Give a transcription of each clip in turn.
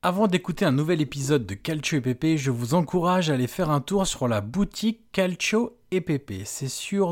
Avant d'écouter un nouvel épisode de Calcio et Pépé, je vous encourage à aller faire un tour sur la boutique Calcio et Pépé. C'est sur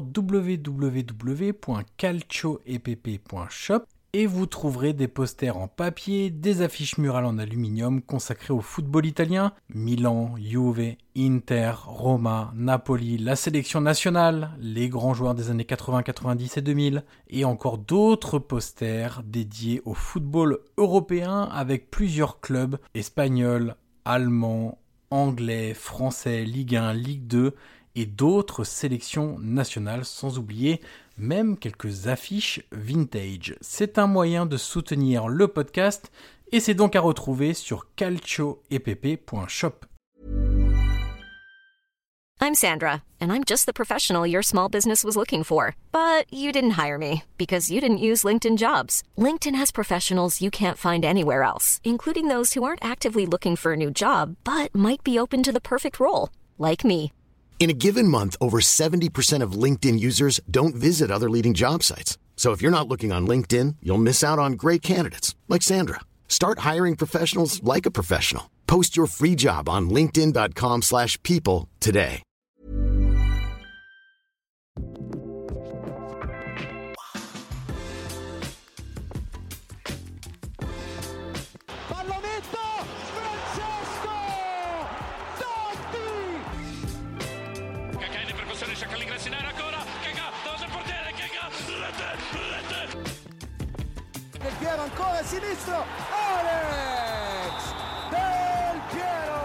www.calcioetpp.shop et vous trouverez des posters en papier, des affiches murales en aluminium consacrées au football italien, Milan, Juve, Inter, Roma, Napoli, la sélection nationale, les grands joueurs des années 80, 90 et 2000, et encore d'autres posters dédiés au football européen avec plusieurs clubs espagnols, allemands, anglais, français, Ligue 1, Ligue 2 et d'autres sélections nationales, sans oublier même quelques affiches vintage. C'est un moyen de soutenir le podcast et c'est donc à retrouver sur calcioetpp.shop. I'm Sandra, and I'm just the professional your small business was looking for. But you didn't hire me because you didn't use LinkedIn Jobs. LinkedIn has professionals you can't find anywhere else, including those who aren't actively looking for a new job, but might be open to the perfect role, like me. In a given month, over 70% of LinkedIn users don't visit other leading job sites. So if you're not looking on LinkedIn, you'll miss out on great candidates like Sandra. Start hiring professionals like a professional. Post your free job on linkedin.com/people today. Pallonetto, Francesco Totti! Kakà in percussione, cerca l'ingresso in area ancora, Kakà, davanti al portiere, Kakà, rete! Del Piero ancora a sinistro, Alex Del Piero!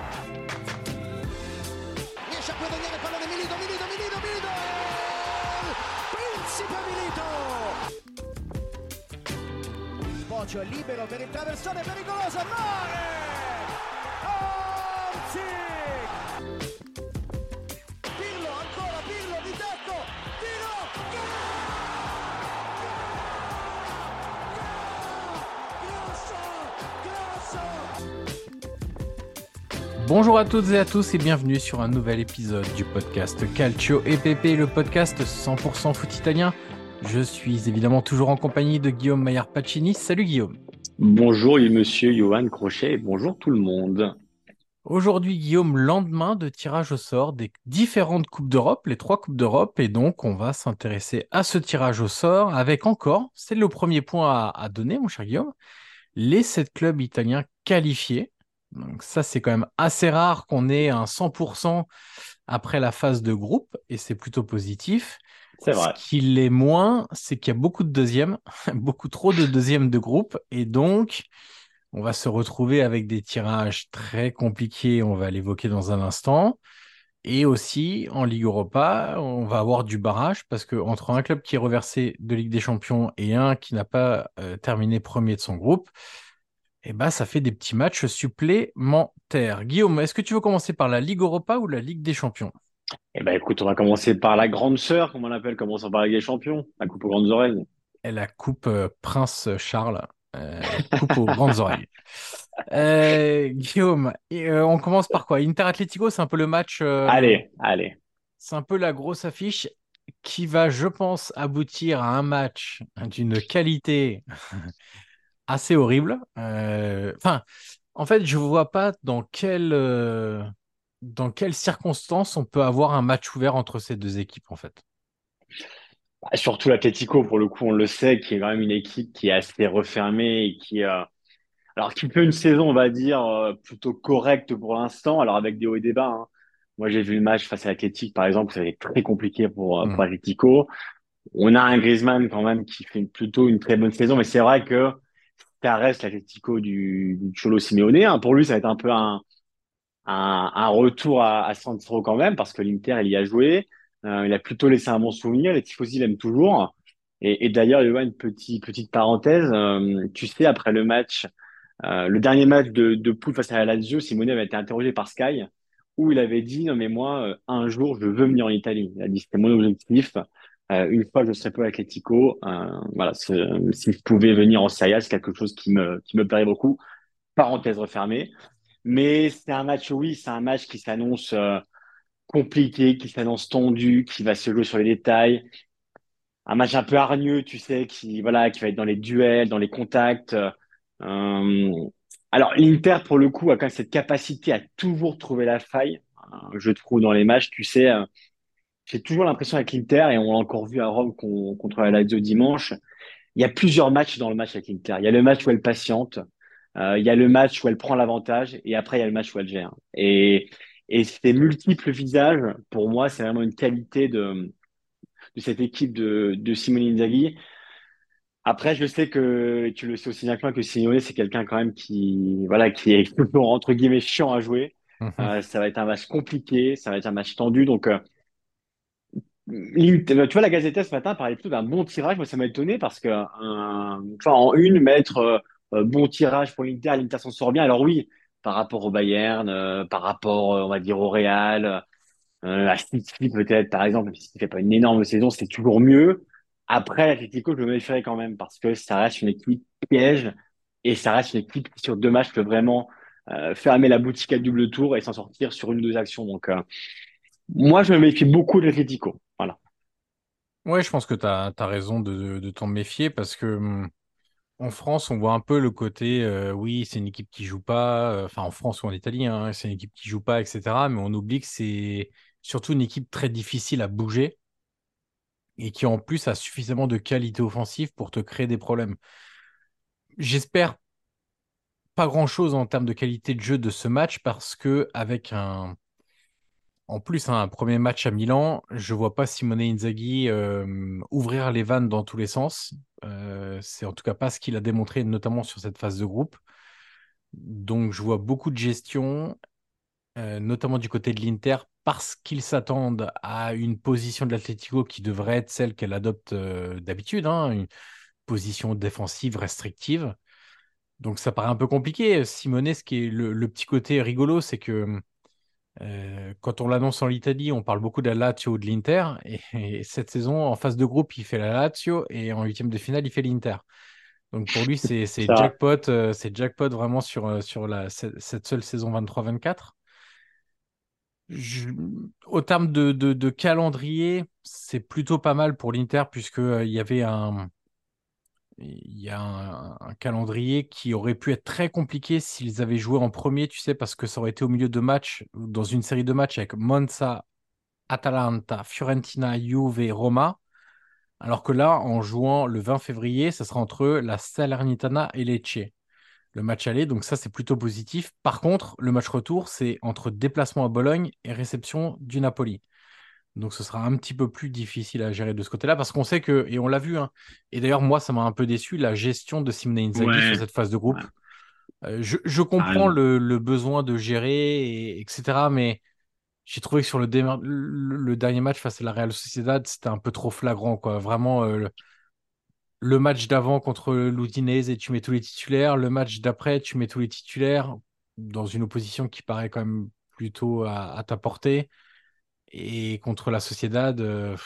Riesce a guadagnare il pallone Milito, Principe Milito! Bocio è libero per il traversone pericoloso, Mare! Orsic! Pirlo, ancora Pirlo, di tacco, tiro, Bonjour à toutes et à tous et bienvenue sur un nouvel épisode du podcast Calcio et Pépé, le podcast 100% foot italien. Je suis évidemment toujours en compagnie de Guillaume Maillard-Pacini. Salut Guillaume. Bonjour monsieur Johan Crochet et bonjour tout le monde. Aujourd'hui Guillaume, lendemain de tirage au sort des différentes Coupes d'Europe, les 3 Coupes d'Europe, et donc on va s'intéresser à ce tirage au sort avec encore, c'est le premier point à donner mon cher Guillaume, les 7 clubs italiens qualifiés. Donc ça c'est quand même assez rare qu'on ait un 100% après la phase de groupe et c'est plutôt positif. C'est vrai. Ce qui l'est moins, c'est qu'il y a beaucoup de deuxièmes, beaucoup trop de deuxièmes de groupe et donc on va se retrouver avec des tirages très compliqués, on va l'évoquer dans un instant. Et aussi, en Ligue Europa, on va avoir du barrage parce que entre un club qui est reversé de Ligue des Champions et un qui n'a pas terminé premier de son groupe, eh ben, ça fait des petits matchs supplémentaires. Guillaume, est-ce que tu veux commencer par la Ligue Europa ou la Ligue des Champions? Eh ben écoute, on va commencer par la grande sœur, comme on l'appelle, commençons par la Ligue des Champions, la coupe aux grandes oreilles. Et la coupe Prince Charles, coupe aux grandes oreilles. Guillaume, on commence par quoi? Inter Atlético, c'est un peu le match, Allez. c'est un peu la grosse affiche qui va, je pense, aboutir à un match d'une qualité assez horrible. Enfin, en fait, je vois pas dans quelles circonstances on peut avoir un match ouvert entre ces deux équipes, en fait. Bah, surtout l'Atlético, pour le coup, on le sait, qui est quand même une équipe qui est assez refermée et alors qui fait une saison, on va dire, plutôt correcte pour l'instant, alors avec des hauts et des bas, hein. Moi, j'ai vu le match face à l'Atlético, par exemple, ça a été très compliqué pour Mhm. l'Atlético. On a un Griezmann quand même qui fait plutôt une très bonne saison, mais c'est vrai que ça reste l'Atlético du Cholo Simeone, hein. Pour lui, ça va être un peu un retour à San Siro quand même, parce que l'Inter, il y a joué. Il a plutôt laissé un bon souvenir. Les Tifosi l'aiment toujours. Et d'ailleurs, il y a une petite parenthèse. Tu sais, après le match, le dernier match de poule face à la Lazio, Simone avait été interrogé par Sky, où il avait dit, non mais moi, un jour, je veux venir en Italie. Il a dit, c'était mon objectif. Une fois, je serai pas avec l'Atlético. Voilà, si je pouvais venir en Serie A, c'est quelque chose qui me plairait beaucoup. Parenthèse refermée. Mais c'est un match, oui, c'est un match qui s'annonce compliqué, qui s'annonce tendu, qui va se jouer sur les détails. Un match un peu hargneux, tu sais, qui va être dans les duels, dans les contacts. Alors, l'Inter, pour le coup, a quand même cette capacité à toujours trouver la faille. Je trouve dans les matchs, tu sais, j'ai toujours l'impression avec l'Inter, et on l'a encore vu à Rome contre la Lazio dimanche, il y a plusieurs matchs dans le match avec l'Inter. Il y a le match où elle patiente, il y a le match où elle prend l'avantage, et après, il y a le match où elle gère. Et ces multiples visages, pour moi, c'est vraiment une qualité de cette équipe de Simone Inzaghi. Après, je sais que tu le sais aussi bien que moi que Simeone, c'est quelqu'un quand même qui, voilà, qui est toujours, entre guillemets, chiant à jouer. Mhm. Ça va être un match compliqué, ça va être un match tendu. Donc, tu vois, la Gazzetta ce matin parlait plutôt d'un bon tirage. Moi, ça m'a étonné parce que, tu vois, en une, mettre bon tirage pour l'Inter s'en sort bien. Alors oui, par rapport au Bayern, par rapport, on va dire, au Real. À City, peut-être, par exemple, même si City fait pas une énorme saison, c'est toujours mieux. Après, l'Atlético, je me méfierais quand même parce que ça reste une équipe piège et ça reste une équipe qui, sur 2 matchs, peut vraiment fermer la boutique à double tour et s'en sortir sur une ou deux actions. Donc, moi, je me méfie beaucoup de l'Atlético. Voilà. Ouais, je pense que tu as raison de t'en méfier parce que en France, on voit un peu le côté, oui, c'est une équipe qui joue pas, enfin en France ou en Italie, hein, c'est une équipe qui joue pas, etc. Mais on oublie que c'est surtout une équipe très difficile à bouger et qui en plus a suffisamment de qualité offensive pour te créer des problèmes. J'espère pas grand-chose en termes de qualité de jeu de ce match parce que avec en plus, un premier match à Milan, je vois pas Simone Inzaghi ouvrir les vannes dans tous les sens. C'est en tout cas pas ce qu'il a démontré, notamment sur cette phase de groupe. Donc, je vois beaucoup de gestion, notamment du côté de l'Inter, parce qu'ils s'attendent à une position de l'Atlético qui devrait être celle qu'elle adopte d'habitude, hein, une position défensive restrictive. Donc, ça paraît un peu compliqué. Simone, ce qui est le petit côté rigolo, c'est que quand on l'annonce en Italie, on parle beaucoup de la Lazio ou de l'Inter. Et cette saison, en phase de groupe, il fait la Lazio et en huitième de finale, il fait l'Inter. Donc pour lui, Ça, c'est jackpot vraiment sur cette seule saison 23-24. Je- Au terme de calendrier, c'est plutôt pas mal pour l'Inter puisque il y a un calendrier qui aurait pu être très compliqué s'ils avaient joué en premier, tu sais, parce que ça aurait été au milieu de matchs, dans une série de matchs avec Monza, Atalanta, Fiorentina, Juve et Roma. Alors que là, en jouant le 20 février, ça sera entre la Salernitana et Lecce. Le match aller, donc ça, c'est plutôt positif. Par contre, le match retour, c'est entre déplacement à Bologne et réception du Napoli. Donc ce sera un petit peu plus difficile à gérer de ce côté-là parce qu'on sait que, et on l'a vu, hein, et d'ailleurs, moi, ça m'a un peu déçu, la gestion de Simone Inzaghi sur ouais, cette phase de ouais, groupe. Je t'as comprends raison. le besoin de gérer, etc. Mais j'ai trouvé que sur le dernier match face à la Real Sociedad, c'était un peu trop flagrant, quoi. Vraiment, le match d'avant contre l'Udinese et tu mets tous les titulaires. Le match d'après, tu mets tous les titulaires dans une opposition qui paraît quand même plutôt à ta portée. Et contre la Sociedad,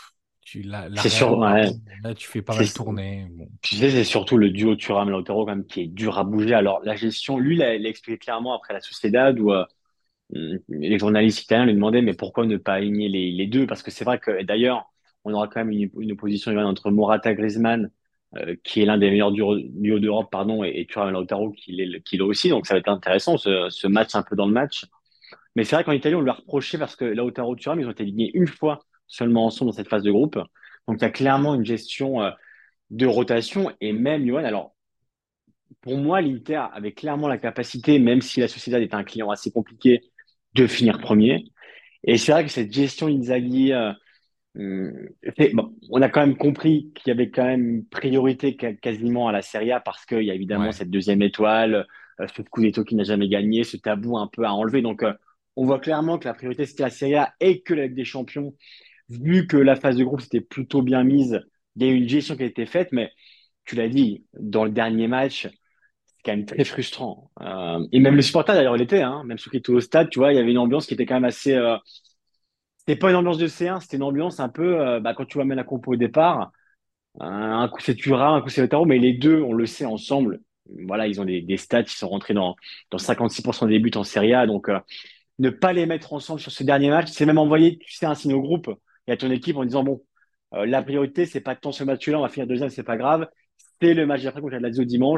la C'est Real, sûr, ouais, pardon, là, tu fais pas c'est, mal tourner. Bon. tu sais, c'est surtout le duo Thuram-Lautaro quand même qui est dur à bouger. Alors, la gestion, lui, l'a expliqué clairement après la Sociedad où les journalistes italiens lui demandaient, mais pourquoi ne pas aligner les deux? Parce que c'est vrai que, et d'ailleurs, on aura quand même une opposition entre Morata Griezmann, qui est l'un des meilleurs duos d'Europe, pardon, et Thuram Lautaro, qui l'est aussi. Donc, ça va être intéressant, ce match un peu dans le match. Mais c'est vrai qu'en Italie, on lui a reproché parce que Lautaro et Thuram, ils ont été alignés une fois seulement ensemble dans cette phase de groupe. Donc, il y a clairement une gestion de rotation. Et même, Johan, alors, pour moi, l'Inter avait clairement la capacité, même si la Sociedad est un client assez compliqué, de finir premier. Et c'est vrai que cette gestion Inzaghi, hum, bon, on a quand même compris qu'il y avait quand même une priorité quasiment à la Serie A parce qu'il y a évidemment Ouais. cette deuxième étoile, ce Scudetto qui n'a jamais gagné, ce tabou un peu à enlever. Donc, on voit clairement que la priorité c'était la Serie A et que la Ligue des Champions, vu que la phase de groupe c'était plutôt bien mise, il y a eu une gestion qui a été faite, mais tu l'as dit, dans le dernier match, c'est quand même très frustrant. Et même le supporter d'ailleurs, il était, hein, même ceux qui étaient au stade, tu vois, il y avait une ambiance qui était quand même assez. C'était pas une ambiance de C1, c'était une ambiance un peu, quand tu vois même la compo au départ, un coup c'est Thuram, un coup c'est Lautaro, mais les deux, on le sait ensemble. Voilà, ils ont des stats, ils sont rentrés dans 56% des buts en Serie A, donc ne pas les mettre ensemble sur ce dernier match, c'est même envoyer, tu sais, un signe au groupe et à ton équipe en disant, bon, la priorité, c'est pas tant ce match-là, on va finir deuxième, c'est pas grave, c'est le match d'après contre la Lazio dimanche,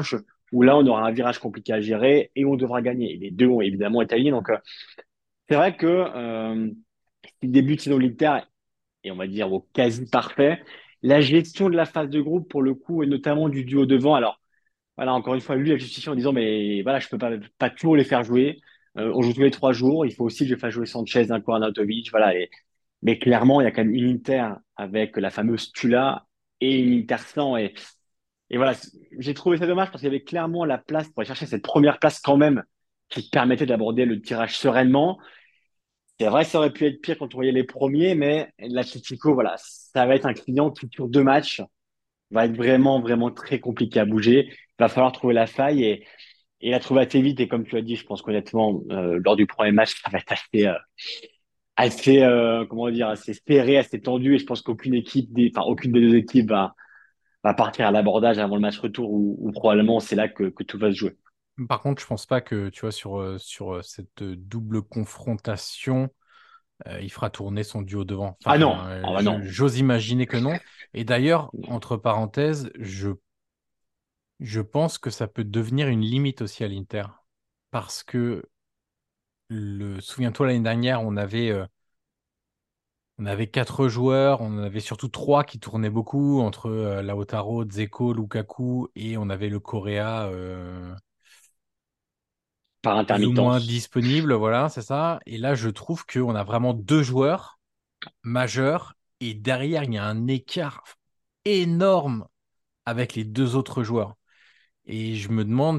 où là, on aura un virage compliqué à gérer et on devra gagner. Et les deux ont évidemment été alignés. Donc, c'est vrai que si le début de saison de l'Inter est, on va dire, au quasi parfait, la gestion de la phase de groupe, pour le coup, et notamment du duo devant. Alors, voilà, encore une fois, lui a justifié en disant, mais voilà, je peux pas toujours les faire jouer. On joue tous les 3 jours. Il faut aussi que je fasse jouer Sanchez, d'un coup, Arnautovic. Voilà. Mais clairement, il y a quand même une Inter avec la fameuse Tula et une Inter sans. Et voilà, j'ai trouvé ça dommage parce qu'il y avait clairement la place pour aller chercher cette première place quand même qui permettait d'aborder le tirage sereinement. C'est vrai que ça aurait pu être pire quand on voyait les premiers, mais l'Atlético, voilà, ça va être un client qui, sur 2 matchs, va être vraiment, vraiment très compliqué à bouger. Il va falloir trouver la faille et la trouver assez vite. Et comme tu as dit, je pense qu'honnêtement, lors du premier match, ça va être comment dire, assez serré, assez tendu. Et je pense aucune des deux équipes va partir à l'abordage avant le match retour où probablement c'est là que tout va se jouer. Par contre, je pense pas que, tu vois, sur cette double confrontation, il fera tourner son duo devant. Ah non, Enfin, ah bah non, j'ose imaginer que non. Et d'ailleurs, entre parenthèses, je pense que ça peut devenir une limite aussi à l'Inter. Parce que, souviens-toi, l'année dernière, on avait 4 joueurs, on en avait surtout 3 qui tournaient beaucoup, entre Lautaro, Dzeko, Lukaku, et on avait le Correa par plus ou moins intermittence. disponible, voilà, c'est ça. Et là, je trouve qu'on a vraiment 2 joueurs majeurs, et derrière, il y a un écart énorme avec les 2 autres joueurs. Et je me demande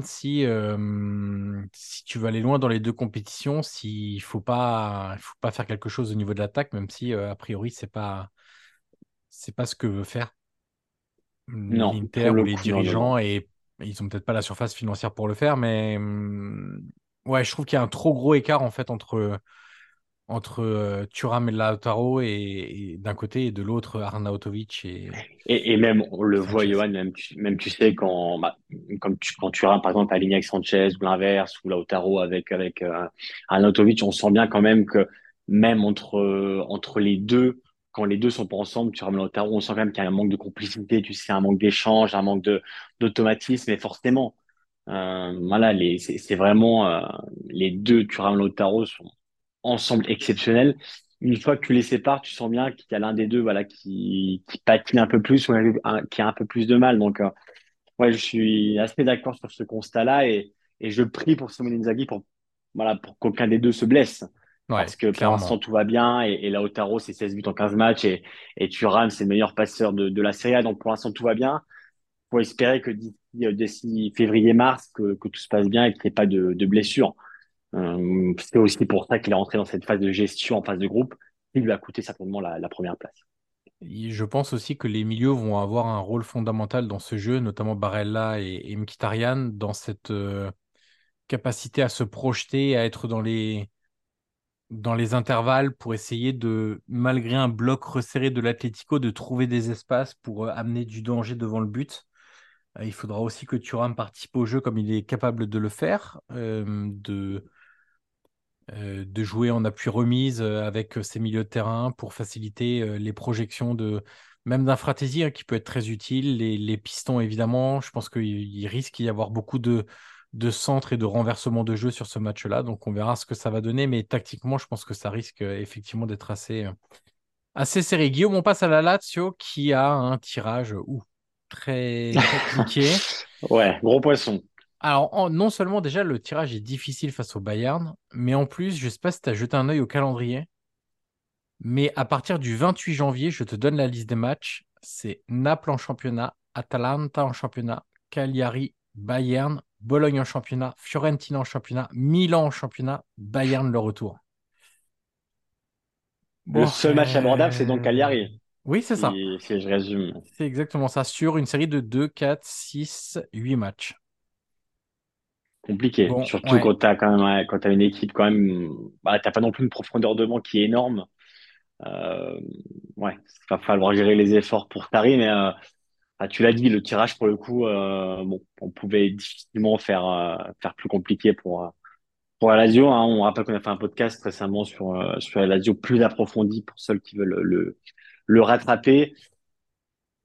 si tu veux aller loin dans les 2 compétitions, s'il faut pas faire quelque chose au niveau de l'attaque, même si a priori c'est pas ce que veut faire Non, l'Inter pour ou le les coup, non, non, non. dirigeants, et ils ont peut-être pas la surface financière pour le faire, mais ouais, je trouve qu'il y a un trop gros écart en fait entre Thuram et Lautaro, et d'un côté, et de l'autre Arnautovic Et même, on le et voit, Sanchez. Johan, même tu sais, quand tu rames, par exemple, aligné avec Sanchez ou l'inverse, ou Lautaro avec Arnautovic, on sent bien quand même que même entre les deux, quand les deux sont pas ensemble, tu rames Lautaro, on sent quand même qu'il y a un manque de complicité, tu sais, un manque d'échange, un manque d'automatisme, et forcément, voilà, c'est vraiment les deux, Thuram et Lautaro sont ensemble exceptionnels. Une fois que tu les sépares, tu sens bien qu'il y a l'un des deux, voilà, qui patine un peu plus ou qui a un peu plus de mal. Donc, ouais, je suis assez d'accord sur ce constat-là et je prie pour Simone Inzaghi voilà, pour qu'aucun des deux se blesse. Ouais, Parce que pour l'instant, clairement. tout va bien et Lautaro, c'est 16 buts en 15 matchs et Thuram, c'est le meilleur passeur de la Serie A. Donc, pour l'instant, tout va bien. Faut espérer que d'ici février-mars, que tout se passe bien et qu'il n'y ait pas de blessures. C'est aussi pour ça qu'il est rentré dans cette phase de gestion en phase de groupe, qui lui a coûté certainement la première place. Et je pense aussi que les milieux vont avoir un rôle fondamental dans ce jeu, notamment Barella et Mkhitaryan, dans cette capacité à se projeter, à être dans les intervalles pour essayer de, malgré un bloc resserré de l'Atlético, de trouver des espaces pour amener du danger devant le but. Il faudra aussi que Thuram participe au jeu comme il est capable de le faire, de jouer en appui remise avec ses milieux de terrain pour faciliter les projections même d'un Fratesi, hein, qui peut être très utile. Les pistons, évidemment, je pense qu'il risque d'y avoir beaucoup de centres et de renversements de jeu sur ce match-là. Donc on verra ce que ça va donner. Mais tactiquement, je pense que ça risque effectivement d'être assez serré. Guillaume, on passe à la Lazio qui a un tirage très compliqué. Ouais, gros poisson. Alors, non seulement déjà le tirage est difficile face au Bayern, mais en plus, je ne sais pas si tu as jeté un œil au calendrier, mais à partir du 28 janvier, je te donne la liste des matchs. C'est Naples en championnat, Atalanta en championnat, Cagliari, Bayern, Bologne en championnat, Fiorentina en championnat, Milan en championnat, Bayern le retour. Le Bon, seul match abordable, c'est donc Cagliari, oui, c'est ça. si je résume. C'est exactement ça, sur une série de 2, 4, 6, 8 matchs. Compliqué, Bon, surtout ouais. quand t'as quand même, ouais, quand t'as une équipe quand même, bah, t'as pas non plus une profondeur de banc qui est énorme. Euh, ouais, il va falloir gérer les efforts pour Sarri, mais ah, tu l'as dit, le tirage pour le coup, bon, on pouvait difficilement faire plus compliqué pour la Lazio. Hein. On rappelle qu'on a fait un podcast récemment sur la Lazio plus approfondi pour ceux qui veulent le rattraper.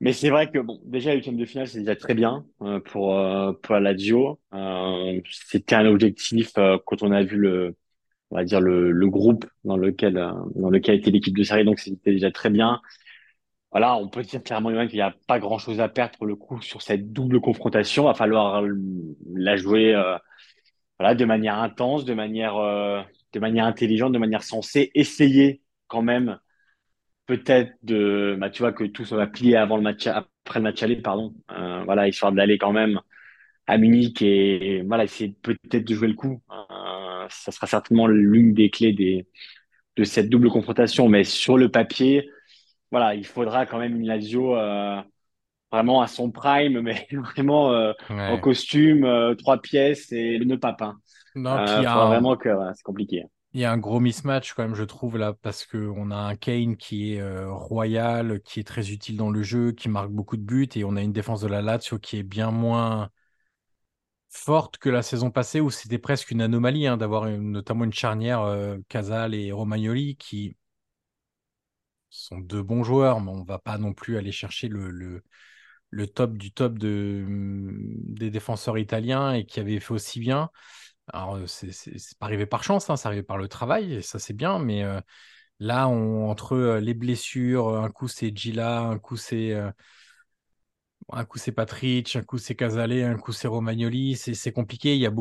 Mais c'est vrai que bon, déjà les huitièmes de finale, c'est déjà très bien pour la Lazio. C'était un objectif quand on a vu on va dire le groupe dans lequel était l'équipe de série, donc c'était déjà très bien. Voilà, on peut dire clairement Johan, qu'il n'y a pas grand-chose à perdre pour le coup sur cette double confrontation. Il va falloir la jouer voilà, de manière intense, de manière intelligente, de manière sensée. Essayer quand même peut-être bah, tu vois, que tout soit plié avant le match, après le match aller, pardon. Voilà, histoire d'aller quand même à Munich et voilà, essayer peut-être de jouer le coup. Ça sera certainement l'une des clés de cette double confrontation. Mais sur le papier, voilà, il faudra quand même une Lazio vraiment à son prime, mais vraiment en Ouais. costume, trois pièces et le nœud papin. Non, puis il y a Faudra un, vraiment que voilà, c'est compliqué. il y a un gros mismatch quand même, je trouve, là, parce qu'on a un Kane qui est royal, qui est très utile dans le jeu, qui marque beaucoup de buts, et on a une défense de la Lazio qui est bien moins forte que la saison passée, où c'était presque une anomalie hein, d'avoir notamment une charnière, Casal et Romagnoli, qui sont deux bons joueurs, mais on va pas non plus aller chercher le top du top des défenseurs italiens et qui avait fait aussi bien. Alors, c'est pas arrivé par chance, hein, c'est arrivé par le travail, et ça c'est bien, mais là, entre les blessures, un coup c'est Gila, un coup c'est Patrick, un coup c'est Casale, un coup c'est Romagnoli, c'est compliqué, il y a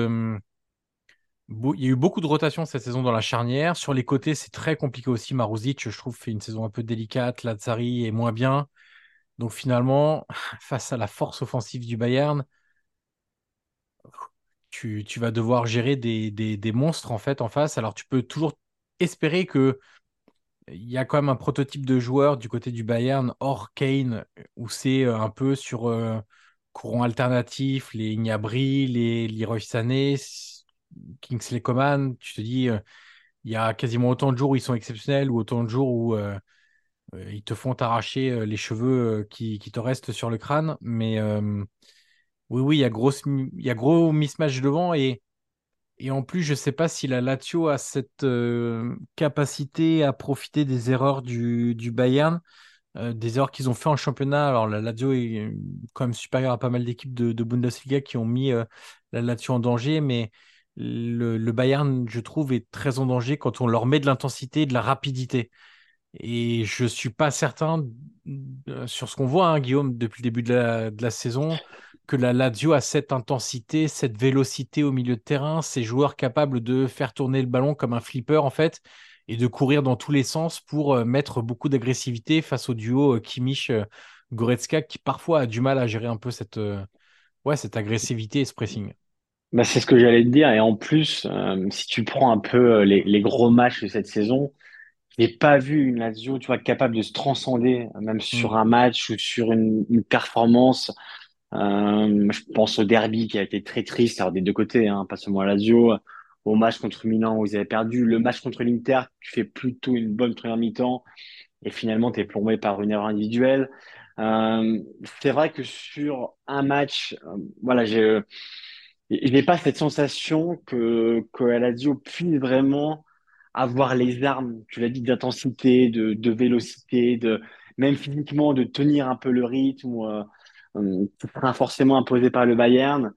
il y a eu beaucoup de rotations cette saison dans la charnière. Sur les côtés, c'est très compliqué aussi. Maruzic, je trouve, fait une saison un peu délicate. Lazzari est moins bien. Donc finalement, face à la force offensive du Bayern, tu vas devoir gérer des monstres en fait en face. Alors tu peux toujours espérer que il y a quand même un prototype de joueur du côté du Bayern hors Kane où c'est un peu sur courant alternatif, les Gnabry, les Leroy Sané, Kingsley Coman. Tu te dis il y a quasiment autant de jours où ils sont exceptionnels ou autant de jours où ils te font t'arracher les cheveux qui te restent sur le crâne. Mais oui, oui, il y a gros mismatch devant et en plus, je sais pas si la Lazio a cette capacité à profiter des erreurs du Bayern, des erreurs qu'ils ont fait en championnat. Alors la Lazio est quand même supérieure à pas mal d'équipes de Bundesliga qui ont mis la Lazio en danger, mais le Bayern, je trouve, est très en danger quand on leur met de l'intensité et de la rapidité. Et je suis pas certain sur ce qu'on voit, hein, Guillaume, depuis le début de la saison, que la Lazio a cette intensité, cette vélocité au milieu de terrain, ces joueurs capables de faire tourner le ballon comme un flipper en fait, et de courir dans tous les sens pour mettre beaucoup d'agressivité face au duo Kimmich-Goretzka qui parfois a du mal à gérer un peu ouais, cette agressivité et ce pressing. Bah, c'est ce que j'allais te dire. Et en plus, si tu prends un peu les gros matchs de cette saison, j'ai pas vu une Lazio, tu vois, capable de se transcender, même Hmm. sur un match ou sur une performance. Je pense au derby qui a été très triste, alors des deux côtés, hein, pas seulement à Lazio, au match contre Milan où ils avaient perdu, le match contre l'Inter, tu fais plutôt une bonne première mi-temps et finalement tu es plombé par une erreur individuelle. Euh, c'est vrai que sur un match, voilà, j'ai pas cette sensation que la Lazio puisse vraiment avoir les armes, tu l'as dit, d'intensité, de vélocité, même physiquement de tenir un peu le rythme, qui sera forcément imposé par le Bayern.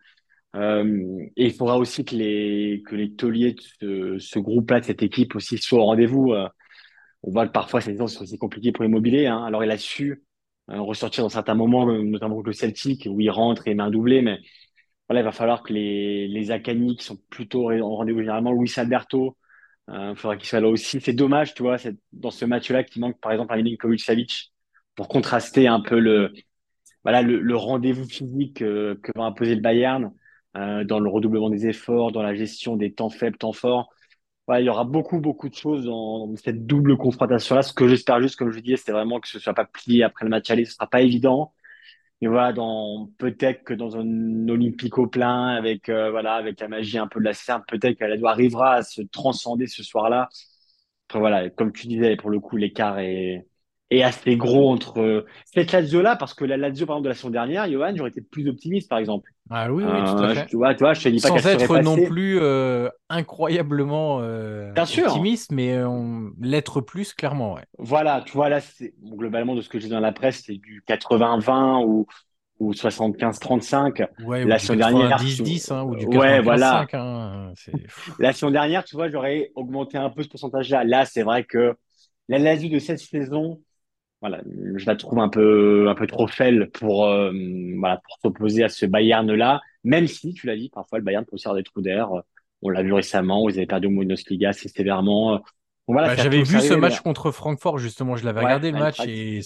Et il faudra aussi que les tauliers de ce groupe-là, de cette équipe aussi, soient au rendez-vous. On voit que parfois, ces saisons sont aussi compliquées pour Immobilier. Hein. Alors, il a su ressortir dans certains moments, notamment contre le Celtic, où il rentre et met un doublé. Mais voilà, il va falloir que les Akani, qui sont plutôt en rendez-vous généralement, Luis Alberto, il faudra qu'il soit là aussi. C'est dommage, tu vois, dans ce match-là, qu'il manque par exemple un Milinkovic-Savic pour contraster un peu voilà, le rendez-vous physique que va imposer le Bayern dans le redoublement des efforts, dans la gestion des temps faibles, temps forts. Ouais, il y aura beaucoup, beaucoup de choses dans cette double confrontation-là. Ce que j'espère juste, comme je disais, c'est vraiment que ce soit pas plié après le match aller. Ce sera pas évident. Mais voilà, peut-être que dans un Olympique au plein, voilà, avec la magie un peu de la Serbe, peut-être qu'elle arrivera à se transcender ce soir-là. Après, voilà, comme tu disais, pour le coup, l'écart est est assez gros entre cette Lazio-là, parce que la Lazio, par exemple, de la saison dernière, Johan, j'aurais été plus optimiste, par exemple. Ah oui, oui, tout à fait. Tu vois, je te dis pas qu'elle Sans serait être non passée. plus incroyablement Bien sûr, optimiste, mais l'être plus, clairement, ouais. voilà, tu vois, là, bon, globalement, de ce que j'ai dans la presse, c'est du 80-20 ou 75-35. Ouais, ou La du saison dernière, 90-10, hein, ou du ouais, voilà. 95-5. Hein, La saison dernière, tu vois, j'aurais augmenté un peu ce pourcentage-là. Là, c'est vrai que la Lazio de cette saison, voilà, je la trouve un peu trop faible voilà, pour s'opposer à ce Bayern-là. Même si, tu l'as dit, parfois le Bayern peut aussi avoir des trous d'air. On l'a vu récemment, où ils avaient perdu au Bundesliga assez sévèrement. Donc voilà, Bah, ça peut j'avais aussi vu ce arriver, mais match contre Francfort, justement, je l'avais ouais, regardé le match Eintracht. et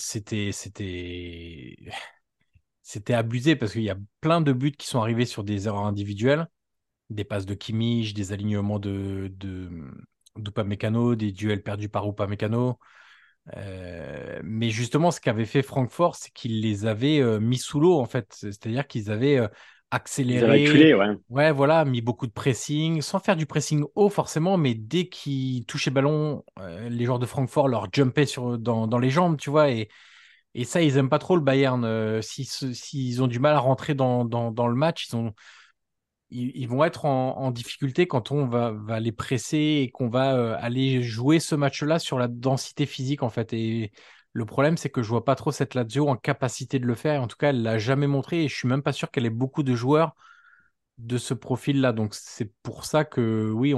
c'était abusé parce qu'il y a plein de buts qui sont arrivés sur des erreurs individuelles, des passes de Kimmich, des alignements d'Upamecano, des duels perdus par Upamecano. Mais justement, ce qu'avait fait Francfort, c'est qu'ils les avaient mis sous l'eau, en fait. C'est-à-dire qu'ils avaient Ils avaient accéléré, acculé, ouais. ouais, voilà, mis beaucoup de pressing, sans faire du pressing haut forcément, mais dès qu'ils touchaient le ballon, les joueurs de Francfort leur jumpaient dans les jambes, tu vois, et ça, ils aiment pas trop le Bayern. S'ils ont du mal à rentrer dans le match, ils vont être en difficulté quand on va les presser et qu'on va aller jouer ce match-là sur la densité physique, en fait. Et le problème, c'est que je vois pas trop cette Lazio en capacité de le faire. En tout cas, elle l'a jamais montré et je suis même pas sûr qu'elle ait beaucoup de joueurs de ce profil-là. Donc, c'est pour ça que oui,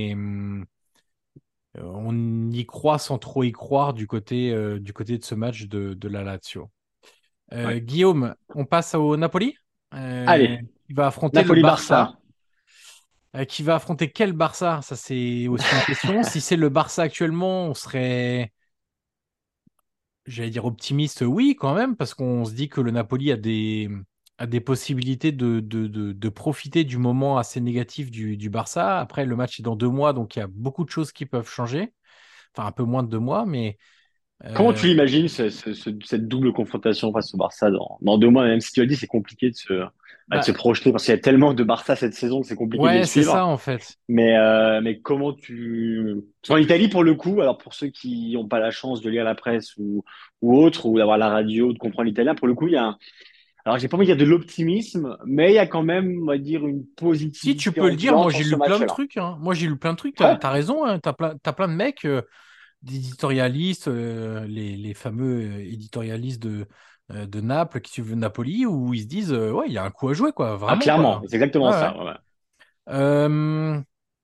on y croit sans trop y croire du côté de ce match de la Lazio. Ouais. Guillaume, on passe au Napoli, Allez, qui va affronter le Barça. Napoli-Barça. Qui va affronter quel Barça? Ça, c'est aussi une question. Si c'est le Barça actuellement, on serait, j'allais dire optimiste, oui, quand même, parce qu'on se dit que le Napoli a des possibilités de profiter du moment assez négatif du Barça. Après, le match est dans 2 mois, donc il y a beaucoup de choses qui peuvent changer. Enfin, un peu moins de 2 mois, mais Comment tu euh, l'imagines, cette double confrontation face au Barça dans 2 mois, même si tu as dit, c'est compliqué de se bah, projeter parce qu'il y a tellement de Barça cette saison que c'est compliqué de les ouais, c'est ça suivre. en fait. Mais comment tu... Parce qu'en Italie, pour le coup, alors pour ceux qui n'ont pas la chance de lire la presse ou autre, ou d'avoir la radio, de comprendre l'italien, pour le coup, il y a alors j'ai pas envie de dire de l'optimisme, mais il y a quand même, on va dire, une Si tu positivité peux le dire, moi ambiante sur j'ai ce lu plein de match-là. trucs. Hein. Moi j'ai lu plein de trucs. Ouais, T'as raison. Hein. T'as plein de mecs. D'éditorialistes, les fameux éditorialistes de Naples qui suivent Napoli, où ils se disent ouais, il y a un coup à jouer, quoi, ah, vraiment, clairement, quoi. c'est exactement Ouais, ouais. ça. Ouais, ouais. Euh,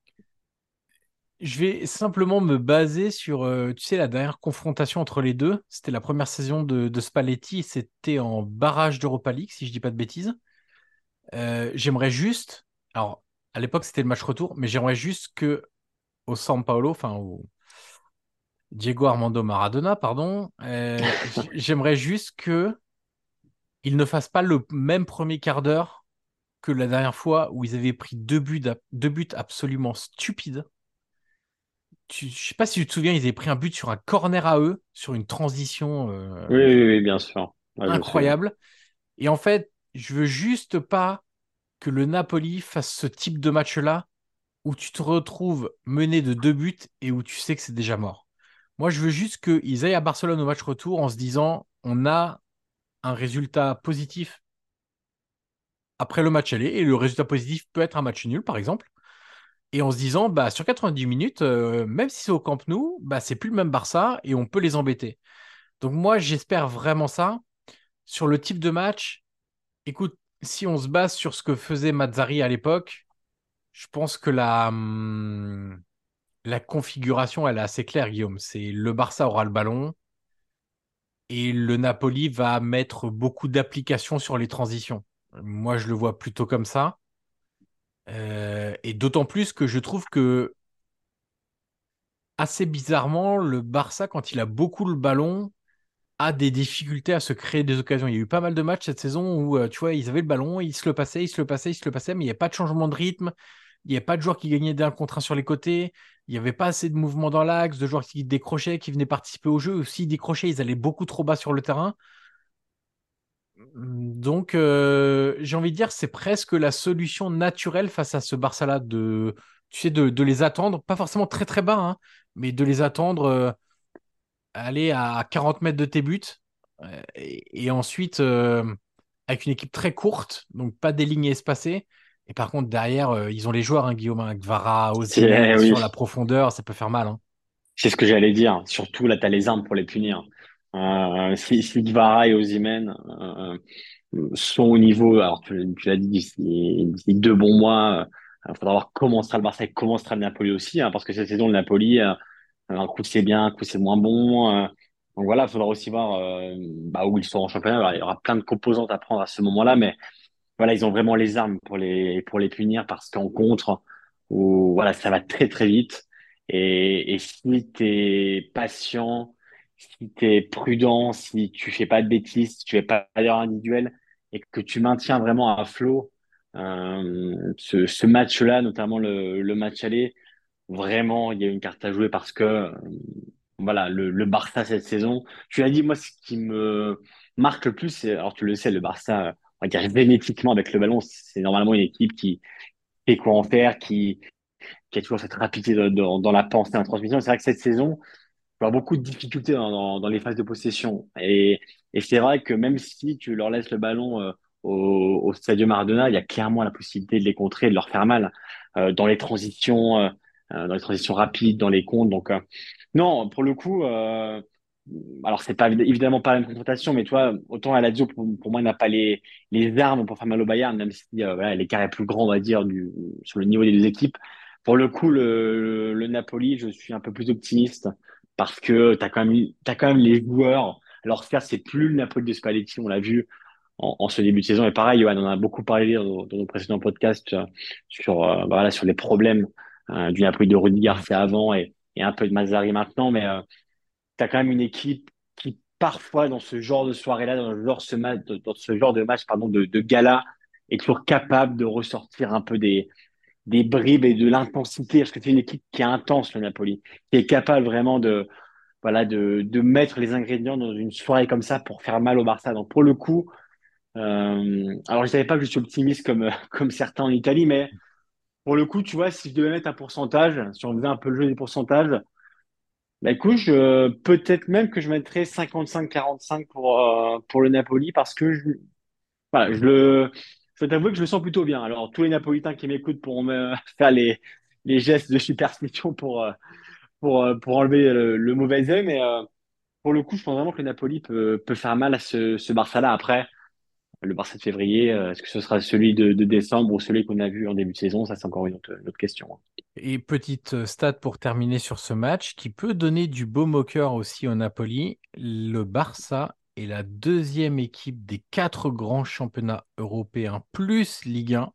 je vais simplement me baser sur, tu sais, la dernière confrontation entre les deux. C'était la première saison de Spalletti, c'était en barrage d'Europa League, si je dis pas de bêtises. J'aimerais juste, alors à l'époque c'était le match retour, mais j'aimerais juste que au San Paolo, enfin au Diego Armando Maradona, pardon, j'aimerais juste que ils ne fassent pas le même premier quart d'heure que la dernière fois où ils avaient pris deux buts absolument stupides. Je sais pas si tu te souviens, ils avaient pris un but sur un corner à eux, sur une transition Oui, oui, mais oui, bien sûr. Ouais, je me souviens. incroyable. Et en fait, je veux juste pas que le Napoli fasse ce type de match-là où tu te retrouves mené de 2 buts et où tu sais que c'est déjà mort. Moi, je veux juste qu'ils aillent à Barcelone au match retour en se disant on a un résultat positif après le match aller et le résultat positif peut être un match nul, par exemple. Et en se disant, bah, sur 90 minutes, même si c'est au Camp Nou, bah, c'est plus le même Barça et on peut les embêter. Donc moi, j'espère vraiment ça. Sur le type de match, écoute, si on se base sur ce que faisait Mazzari à l'époque, je pense que la configuration, elle est assez claire, Guillaume. C'est le Barça aura le ballon et le Napoli va mettre beaucoup d'applications sur les transitions. Moi, je le vois plutôt comme ça. Et d'autant plus que je trouve que, assez bizarrement, le Barça, quand il a beaucoup le ballon, a des difficultés à se créer des occasions. Il y a eu pas mal de matchs cette saison où, tu vois, ils avaient le ballon, ils se le passaient, ils se le passaient, ils se le passaient, mais il n'y a pas de changement de rythme. Il n'y a pas de joueurs qui gagnaient d'un contre un sur les côtés. Il n'y avait pas assez de mouvements dans l'axe, de joueurs qui décrochaient, qui venaient participer au jeu. S'ils décrochaient, ils allaient beaucoup trop bas sur le terrain. Donc, j'ai envie de dire, c'est presque la solution naturelle face à ce Barça-là, tu sais, de les attendre, pas forcément très très bas, hein, mais de les attendre aller à 40 mètres de tes buts et ensuite avec une équipe très courte, donc pas des lignes espacées. Et par contre, derrière, ils ont les joueurs, hein, Guillaume, hein, Kvara, Osimhen, sur la Oui, profondeur, ça peut faire mal. Hein. c'est ce que j'allais dire. Surtout, là, tu as les armes pour les punir. Si Guevara et Osimhen sont au niveau, alors tu l'as dit, d'ici 2 bons mois, il faudra voir comment sera le Barça et comment sera le Napoli aussi, hein, parce que cette saison, le Napoli, un coup c'est bien, un coup c'est moins bon. Donc voilà, il faudra aussi voir où ils sont en championnat. Alors, il y aura plein de composantes à prendre à ce moment-là, mais voilà, ils ont vraiment les armes pour les punir parce qu'en contre, où, voilà, ça va très très vite. Et si t'es patient, si t'es prudent, si tu fais pas de bêtises, si tu fais pas d'erreur individuelle et que tu maintiens vraiment à flot ce match-là, notamment le match aller, vraiment, il y a une carte à jouer parce que voilà, le Barça cette saison. Tu l'as dit, moi, ce qui me marque le plus, c'est, alors tu le sais, le Barça, on va dire vénétiquement avec le ballon, c'est normalement une équipe qui fait quoi en faire, qui a toujours cette rapidité dans la pensée, dans la transmission. C'est vrai que cette saison, il y aura beaucoup de difficultés dans les phases de possession. Et c'est vrai que même si tu leur laisses le ballon au Stadio Maradona, il y a clairement la possibilité de les contrer, de leur faire mal dans les transitions rapides, dans les contres. Donc non, pour le coup, alors c'est pas évidemment pas la même confrontation, mais toi, autant la Lazio pour moi n'a pas les armes pour faire mal au Bayern, même si voilà, l'écart est plus grand, on va dire, sur le niveau des deux équipes. Pour le coup, le Napoli, je suis un peu plus optimiste parce que t'as quand même les joueurs. Alors certes, c'est plus le Napoli de Spalletti, on l'a vu en ce début de saison. Et pareil, Johan, on en a beaucoup parlé dans nos précédents podcasts voilà, sur les problèmes du Napoli de Rudy Mm. Garcia avant et un peu de Mazzarri maintenant. Mais tu as quand même une équipe qui parfois dans ce genre de soirée-là, dans ce genre de match, pardon, de gala, est toujours capable de ressortir un peu des bribes et de l'intensité, parce que c'est une équipe qui est intense, le Napoli, qui est capable vraiment voilà, de mettre les ingrédients dans une soirée comme ça pour faire mal au Barça. Donc pour le coup, alors je savais pas que je suis optimiste comme, comme certains en Italie, mais pour le coup, tu vois, si je devais mettre un pourcentage, si on faisait un peu le jeu des pourcentages, bah écoute, peut-être même que je mettrais 55-45 pour le Napoli parce que voilà, je dois t'avouer que je le sens plutôt bien. Alors, tous les Napolitains qui m'écoutent pourront me faire les gestes de superstition pour enlever le mauvais œil, mais pour le coup, je pense vraiment que le Napoli peut faire mal à ce Barça-là. Après, le Barça de février, est-ce que ce sera celui de décembre ou celui qu'on a vu en début de saison? Ça, c'est encore une autre question. Et petite stat pour terminer sur ce match, qui peut donner du baume au cœur aussi au Napoli. Le Barça est la deuxième équipe des 4 grands championnats européens plus Ligue 1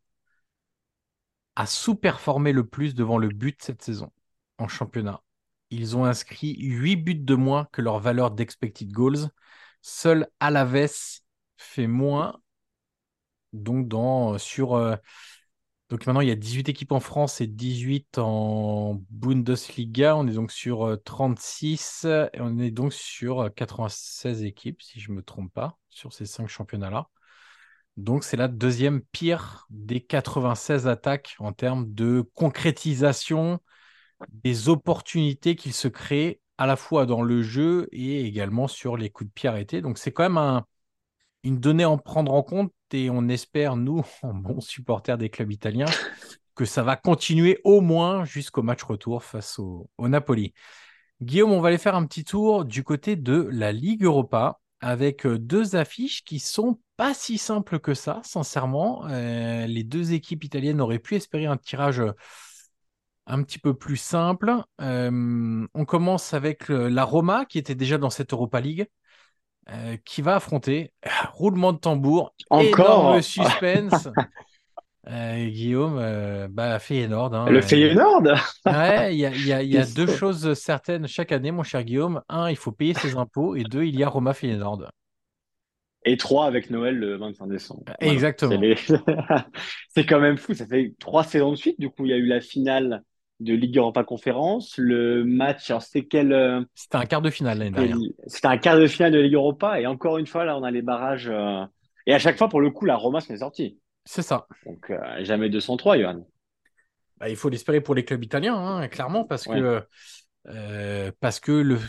à sous-performer le plus devant le but cette saison en championnat. Ils ont inscrit 8 buts de moins que leur valeur d'expected goals. Seul Alaves fait moins. Donc, donc maintenant, il y a 18 équipes en France et 18 en Bundesliga. On est donc sur 36 et on est donc sur 96 équipes, si je ne me trompe pas, sur ces 5 championnats-là. Donc c'est la deuxième pire des 96 attaques en termes de concrétisation des opportunités qu'il se crée à la fois dans le jeu et également sur les coups de pied arrêtés. Donc c'est quand même une donnée à en prendre en compte et on espère, nous, en bons supporters des clubs italiens, que ça va continuer au moins jusqu'au match retour face au Napoli. Guillaume, on va aller faire un petit tour du côté de la Ligue Europa avec 2 affiches qui sont pas si simples que ça, sincèrement. Les 2 équipes italiennes auraient pu espérer un tirage un petit peu plus simple. On commence avec la Roma qui était déjà dans cette Europa League, qui va affronter, roulement de tambour, énorme Encore suspense, Guillaume, Feyenoord. le Hein, Feyenoord? ouais, il y a Qu'est-ce 2 choses certaines chaque année, mon cher Guillaume. Un, il faut payer ses impôts. Et deux, il y a Roma Feyenoord. Et 3 avec Noël le 25 décembre. Voilà. Exactement. C'est quand même fou. Ça fait 3 saisons de suite. Du coup, il y a eu la finale de Ligue Europa Conférence. Le match, alors c'était C'était un quart de finale l'année dernière. c'était un quart de finale de Ligue Europa. Et encore une fois, là, on a les barrages. Et à chaque fois, pour le coup, la Roma s'en est sortie. C'est ça. Donc, jamais 203, Johan. Il faut l'espérer pour les clubs italiens, hein, clairement, Ouais. parce que le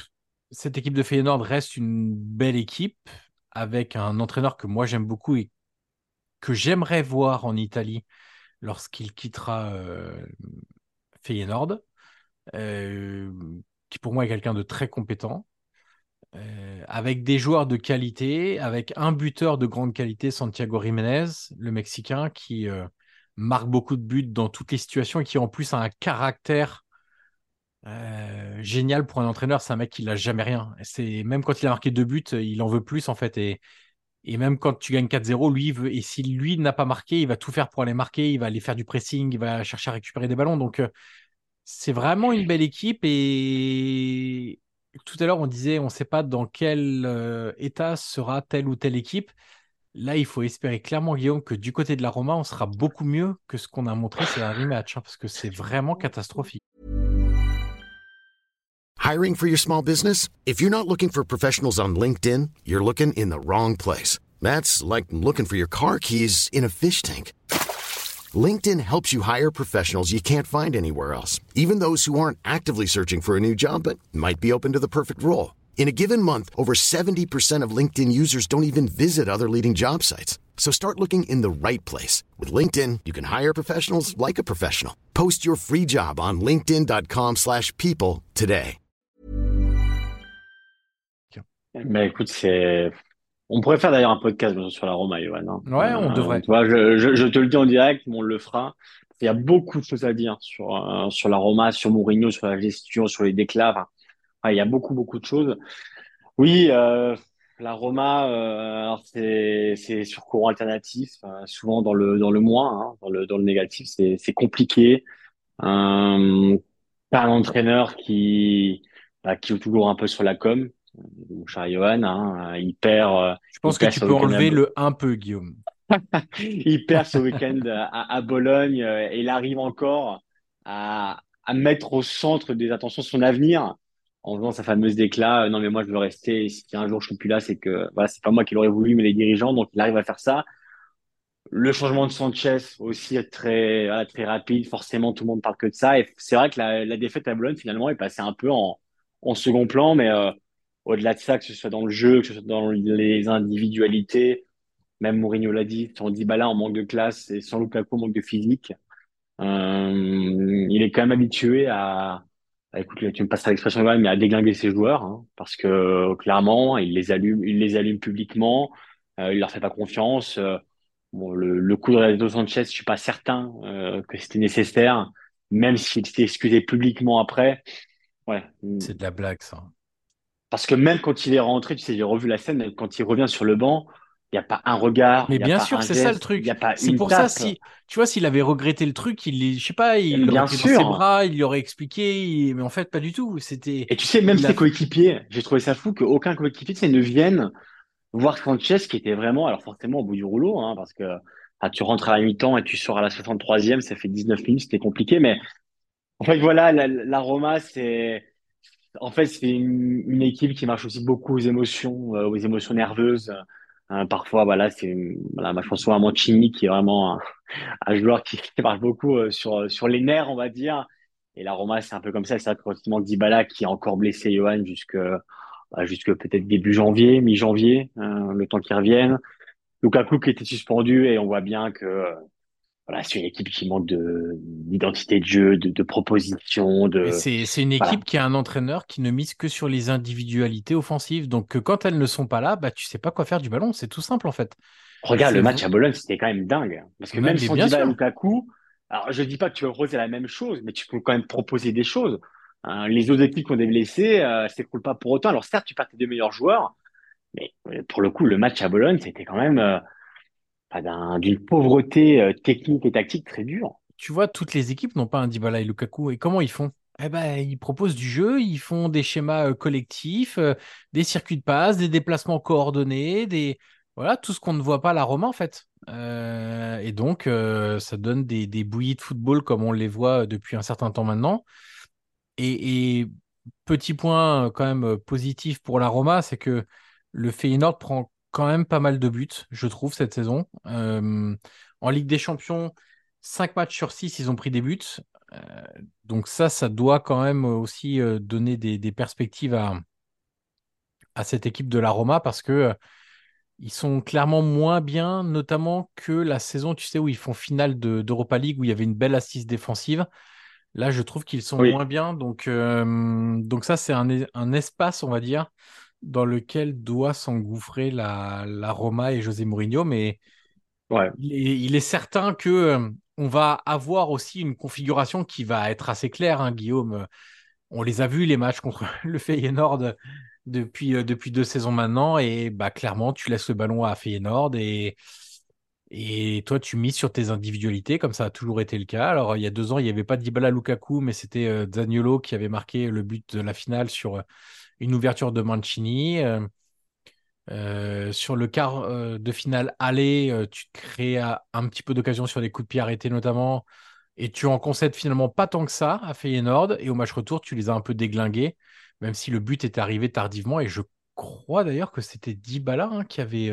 cette équipe de Feyenoord reste une belle équipe avec un entraîneur que moi j'aime beaucoup et que j'aimerais voir en Italie lorsqu'il quittera Feyenoord, euh, qui pour moi est quelqu'un de très compétent, avec des joueurs de qualité, avec un buteur de grande qualité, Santiago Jiménez, le Mexicain, qui marque beaucoup de buts dans toutes les situations et qui en plus a un caractère génial pour un entraîneur. C'est un mec qui lâche jamais rien. Même quand il a marqué 2 buts, il en veut plus en fait. Et même quand tu gagnes 4-0, lui il veut. Et si lui n'a pas marqué, il va tout faire pour aller marquer. Il va aller faire du pressing, il va chercher à récupérer des ballons. Donc c'est vraiment une belle équipe. Et tout à l'heure on disait, on ne sait pas dans quel état sera telle ou telle équipe. Là, il faut espérer clairement, Guillaume, que du côté de la Roma, on sera beaucoup mieux que ce qu'on a montré ces derniers matchs, hein, parce que c'est vraiment catastrophique. Hiring for your small business? If you're not looking for professionals on LinkedIn, you're looking in the wrong place. That's like looking for your car keys in a fish tank. LinkedIn helps you hire professionals you can't find anywhere else, even those who aren't actively searching for a new job but might be open to the perfect role. In a given month, over 70% of LinkedIn users don't even visit other leading job sites. So start looking in the right place. With LinkedIn, you can hire professionals like a professional. Post your free job on linkedin.com/people today. Mais écoute, on pourrait faire d'ailleurs un podcast bien sûr, sur la Roma, Johan, hein. Ouais, on devrait. Tu vois, je te le dis en direct, mais on le fera. Il y a beaucoup de choses à dire sur la Roma, sur Mourinho, sur la gestion, sur les déclats. Enfin, il y a beaucoup, beaucoup de choses. Oui, la Roma, alors c'est sur courant alternatif, souvent dans le moins, hein, dans le négatif, c'est compliqué. Pas un entraîneur qui joue toujours un peu sur la com, mon cher Johan, hein, Je il pense que perd tu ce peux week-end enlever le un peu, Guillaume. il perd ce week-end à Bologne, et il arrive encore à mettre au centre des attentions son avenir en faisant sa fameuse déclat, non mais moi je veux rester, et si un jour je suis plus là, c'est que voilà, c'est pas moi qui l'aurais voulu, mais les dirigeants, donc il arrive à faire ça. Le changement de Sanchez aussi est très, voilà, très rapide, forcément tout le monde parle que de ça, et c'est vrai que la défaite à Bologne finalement est passée un peu en second plan, mais au-delà de ça, que ce soit dans le jeu, que ce soit dans les individualités, même Mourinho l'a dit, sans Dybala en manque de classe et sans Lukaku en manque de physique. Il est quand même habitué écoute, tu me passeras l'expression, mais à déglinguer ses joueurs, hein, parce que clairement, il les allume publiquement, il leur fait pas confiance. Bon, le coup de Renato Sanchez, je suis pas certain que c'était nécessaire, même s'il s'est excusé publiquement après. Ouais, C'est de la blague, ça. parce que même quand il est rentré, tu sais, j'ai revu la scène, mais quand il revient sur le banc, il n'y a pas un regard, il Mais n'y a bien pas sûr, un c'est ça le geste, il n'y truc. a pas C'est une pour ça, tape. si, tu vois, s'il avait regretté le truc, je sais pas, il l'aurait Bien pris dans ses sûr. bras, il lui aurait expliqué, mais en fait, pas du tout. Et tu sais, même Il a ses fait, coéquipiers, j'ai trouvé ça fou qu'aucun coéquipier, tu sais, ne vienne voir Sanchez qui était vraiment, alors forcément au bout du rouleau, hein, parce que tu rentres à la mi-temps et tu sors à la 63e, ça fait 19 minutes, c'était compliqué, mais en fait, voilà, la Roma, c'est une équipe qui marche aussi beaucoup aux émotions nerveuses. Parfois, voilà, voilà, moi, je pense souvent à Mancini qui est vraiment un joueur qui marche beaucoup sur les nerfs, on va dire. Et la Roma, c'est un peu comme ça. C'est vrai que effectivement, Dybala qui est encore blessé, Johan, jusque peut-être début janvier, mi-janvier, le temps qu'il revienne. Lukaku qui était suspendu et on voit bien que voilà, c'est une équipe qui manque d'identité de jeu, de proposition, mais c'est une voilà. équipe qui a un entraîneur qui ne mise que sur les individualités offensives. Donc, quand elles ne sont pas là, bah, tu sais pas quoi faire du ballon. C'est tout simple, en fait. Regarde, C'est le v- match à Bologne, c'était quand même dingue. Parce que même Mais sans bien Dybala et sûr. Lukaku, alors je dis pas que tu vas proposer la même chose, mais tu peux quand même proposer des choses. Les autres équipes qui ont des blessés, s'écroulent pas pour autant. Alors certes, tu perds tes deux meilleurs joueurs, mais pour le coup, le match à Bologne, c'était quand même d'une pauvreté technique et tactique très dure. Tu vois, toutes les équipes n'ont pas un Dybala et Lukaku. Et comment ils font? Eh ben, ils proposent du jeu, ils font des schémas collectifs, des circuits de passe, des déplacements coordonnés, voilà, tout ce qu'on ne voit pas à la Roma, en fait. Et donc, ça donne des bouillies de football comme on les voit depuis un certain temps maintenant. Et petit point quand même positif pour la Roma, c'est que le Feyenoord prend quand même pas mal de buts, je trouve, cette saison. En Ligue des Champions, 5 matchs sur 6, ils ont pris des buts. Euh, donc ça doit quand même aussi donner des perspectives à cette équipe de la Roma parce que ils sont clairement moins bien, notamment que la saison, tu sais, où ils font finale d'Europa League, où il y avait une belle assise défensive. Là, je trouve qu'ils sont moins Oui, bien. Donc ça, c'est un espace, on va dire, dans lequel doit s'engouffrer la Roma et José Mourinho. Mais ouais. il est certain que on va avoir aussi une configuration qui va être assez claire, hein, Guillaume. On les a vus, les matchs contre le Feyenoord depuis 2 saisons maintenant. Et bah, clairement, tu laisses le ballon à Feyenoord et toi, tu mises sur tes individualités, comme ça a toujours été le cas. Alors, il y a 2 ans, il n'y avait pas Dybala Lukaku, mais c'était Zaniolo qui avait marqué le but de la finale sur une ouverture de Mancini. Sur le quart de finale aller, tu te crées un petit peu d'occasion sur les coups de pied arrêtés notamment, et tu en concèdes finalement pas tant que ça à Feyenoord, et au match retour, tu les as un peu déglingués, même si le but était arrivé tardivement, et je crois d'ailleurs que c'était Dybala hein, qui avait...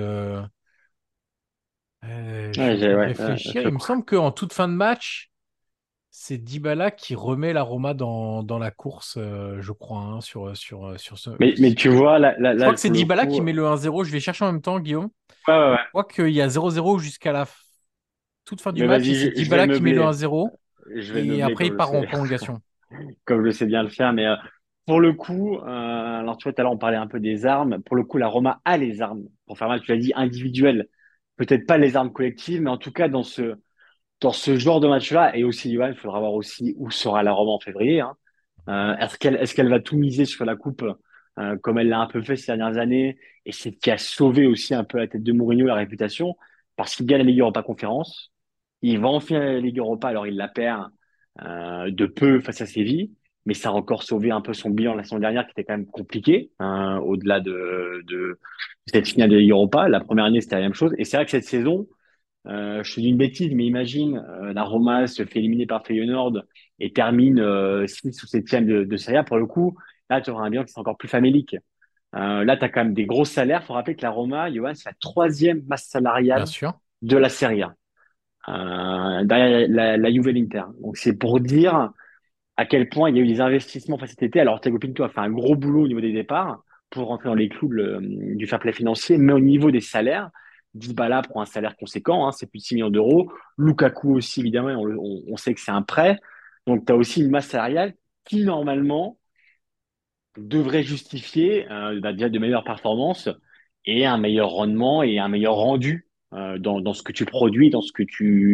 je suis Ouais, en train de ouais, réfléchir, je il me crois. semble qu'en toute fin de match, c'est Dybala qui remet la Roma dans la course, je crois, hein, sur ce... Mais tu vois, Je crois là, que c'est pour le Dybala qui coup, met le 1-0, je vais chercher en même temps, Guillaume. ouais, ouais, ouais. Je crois qu'il y a 0-0 jusqu'à la toute fin du Mais match et vas-y, c'est je vais Dybala qui met le meubler. 1-0 Je vais et meubler après comme il je part en sais, prolongation. comme je sais bien le faire. Mais pour le coup, alors tu vois, tout à l'heure, on parlait un peu des armes. Pour le coup, la Roma a les armes pour faire mal. Tu l'as dit, individuelles. Peut-être pas les armes collectives, mais en tout cas, dans ce genre de match-là, et aussi, Johan, il faudra voir aussi où sera la Roma en février. Hein. Est-ce qu'elle va tout miser sur la coupe comme elle l'a un peu fait ces dernières années et c'est ce qui a sauvé aussi un peu la tête de Mourinho, la réputation, parce qu'il gagne la Ligue Europa Conférence, il va en finale de la Ligue Europa, alors il la perd de peu face à Séville, mais ça a encore sauvé un peu son bilan la saison dernière qui était quand même compliqué, au-delà de cette finale de Ligue Europa. La première année, c'était la même chose. Et c'est vrai que cette saison, je te dis une bêtise, mais imagine, la Roma se fait éliminer par Feyenoord et termine 6 ou 7e de Serie A. Pour le coup, là, tu auras un bilan qui sera encore plus famélique. Là, tu as quand même des gros salaires. Il faut rappeler que la Roma, Johan, c'est la troisième masse Bien salariale sûr. de la Serie A, derrière la Juve et l'Inter. Donc, c'est pour dire à quel point il y a eu des investissements enfin, cet été. Alors, Thiago Pinto a fait un gros boulot au niveau des départs pour rentrer dans les clous du fair play financier, mais au niveau des salaires, Dybala prend un salaire conséquent, hein, c'est plus de 6 millions d'euros. Lukaku aussi, évidemment, on sait que c'est un prêt. Donc, tu as aussi une masse salariale qui, normalement, devrait justifier déjà de meilleures performances et un meilleur rendement et un meilleur rendu dans ce que tu produis, dans ce que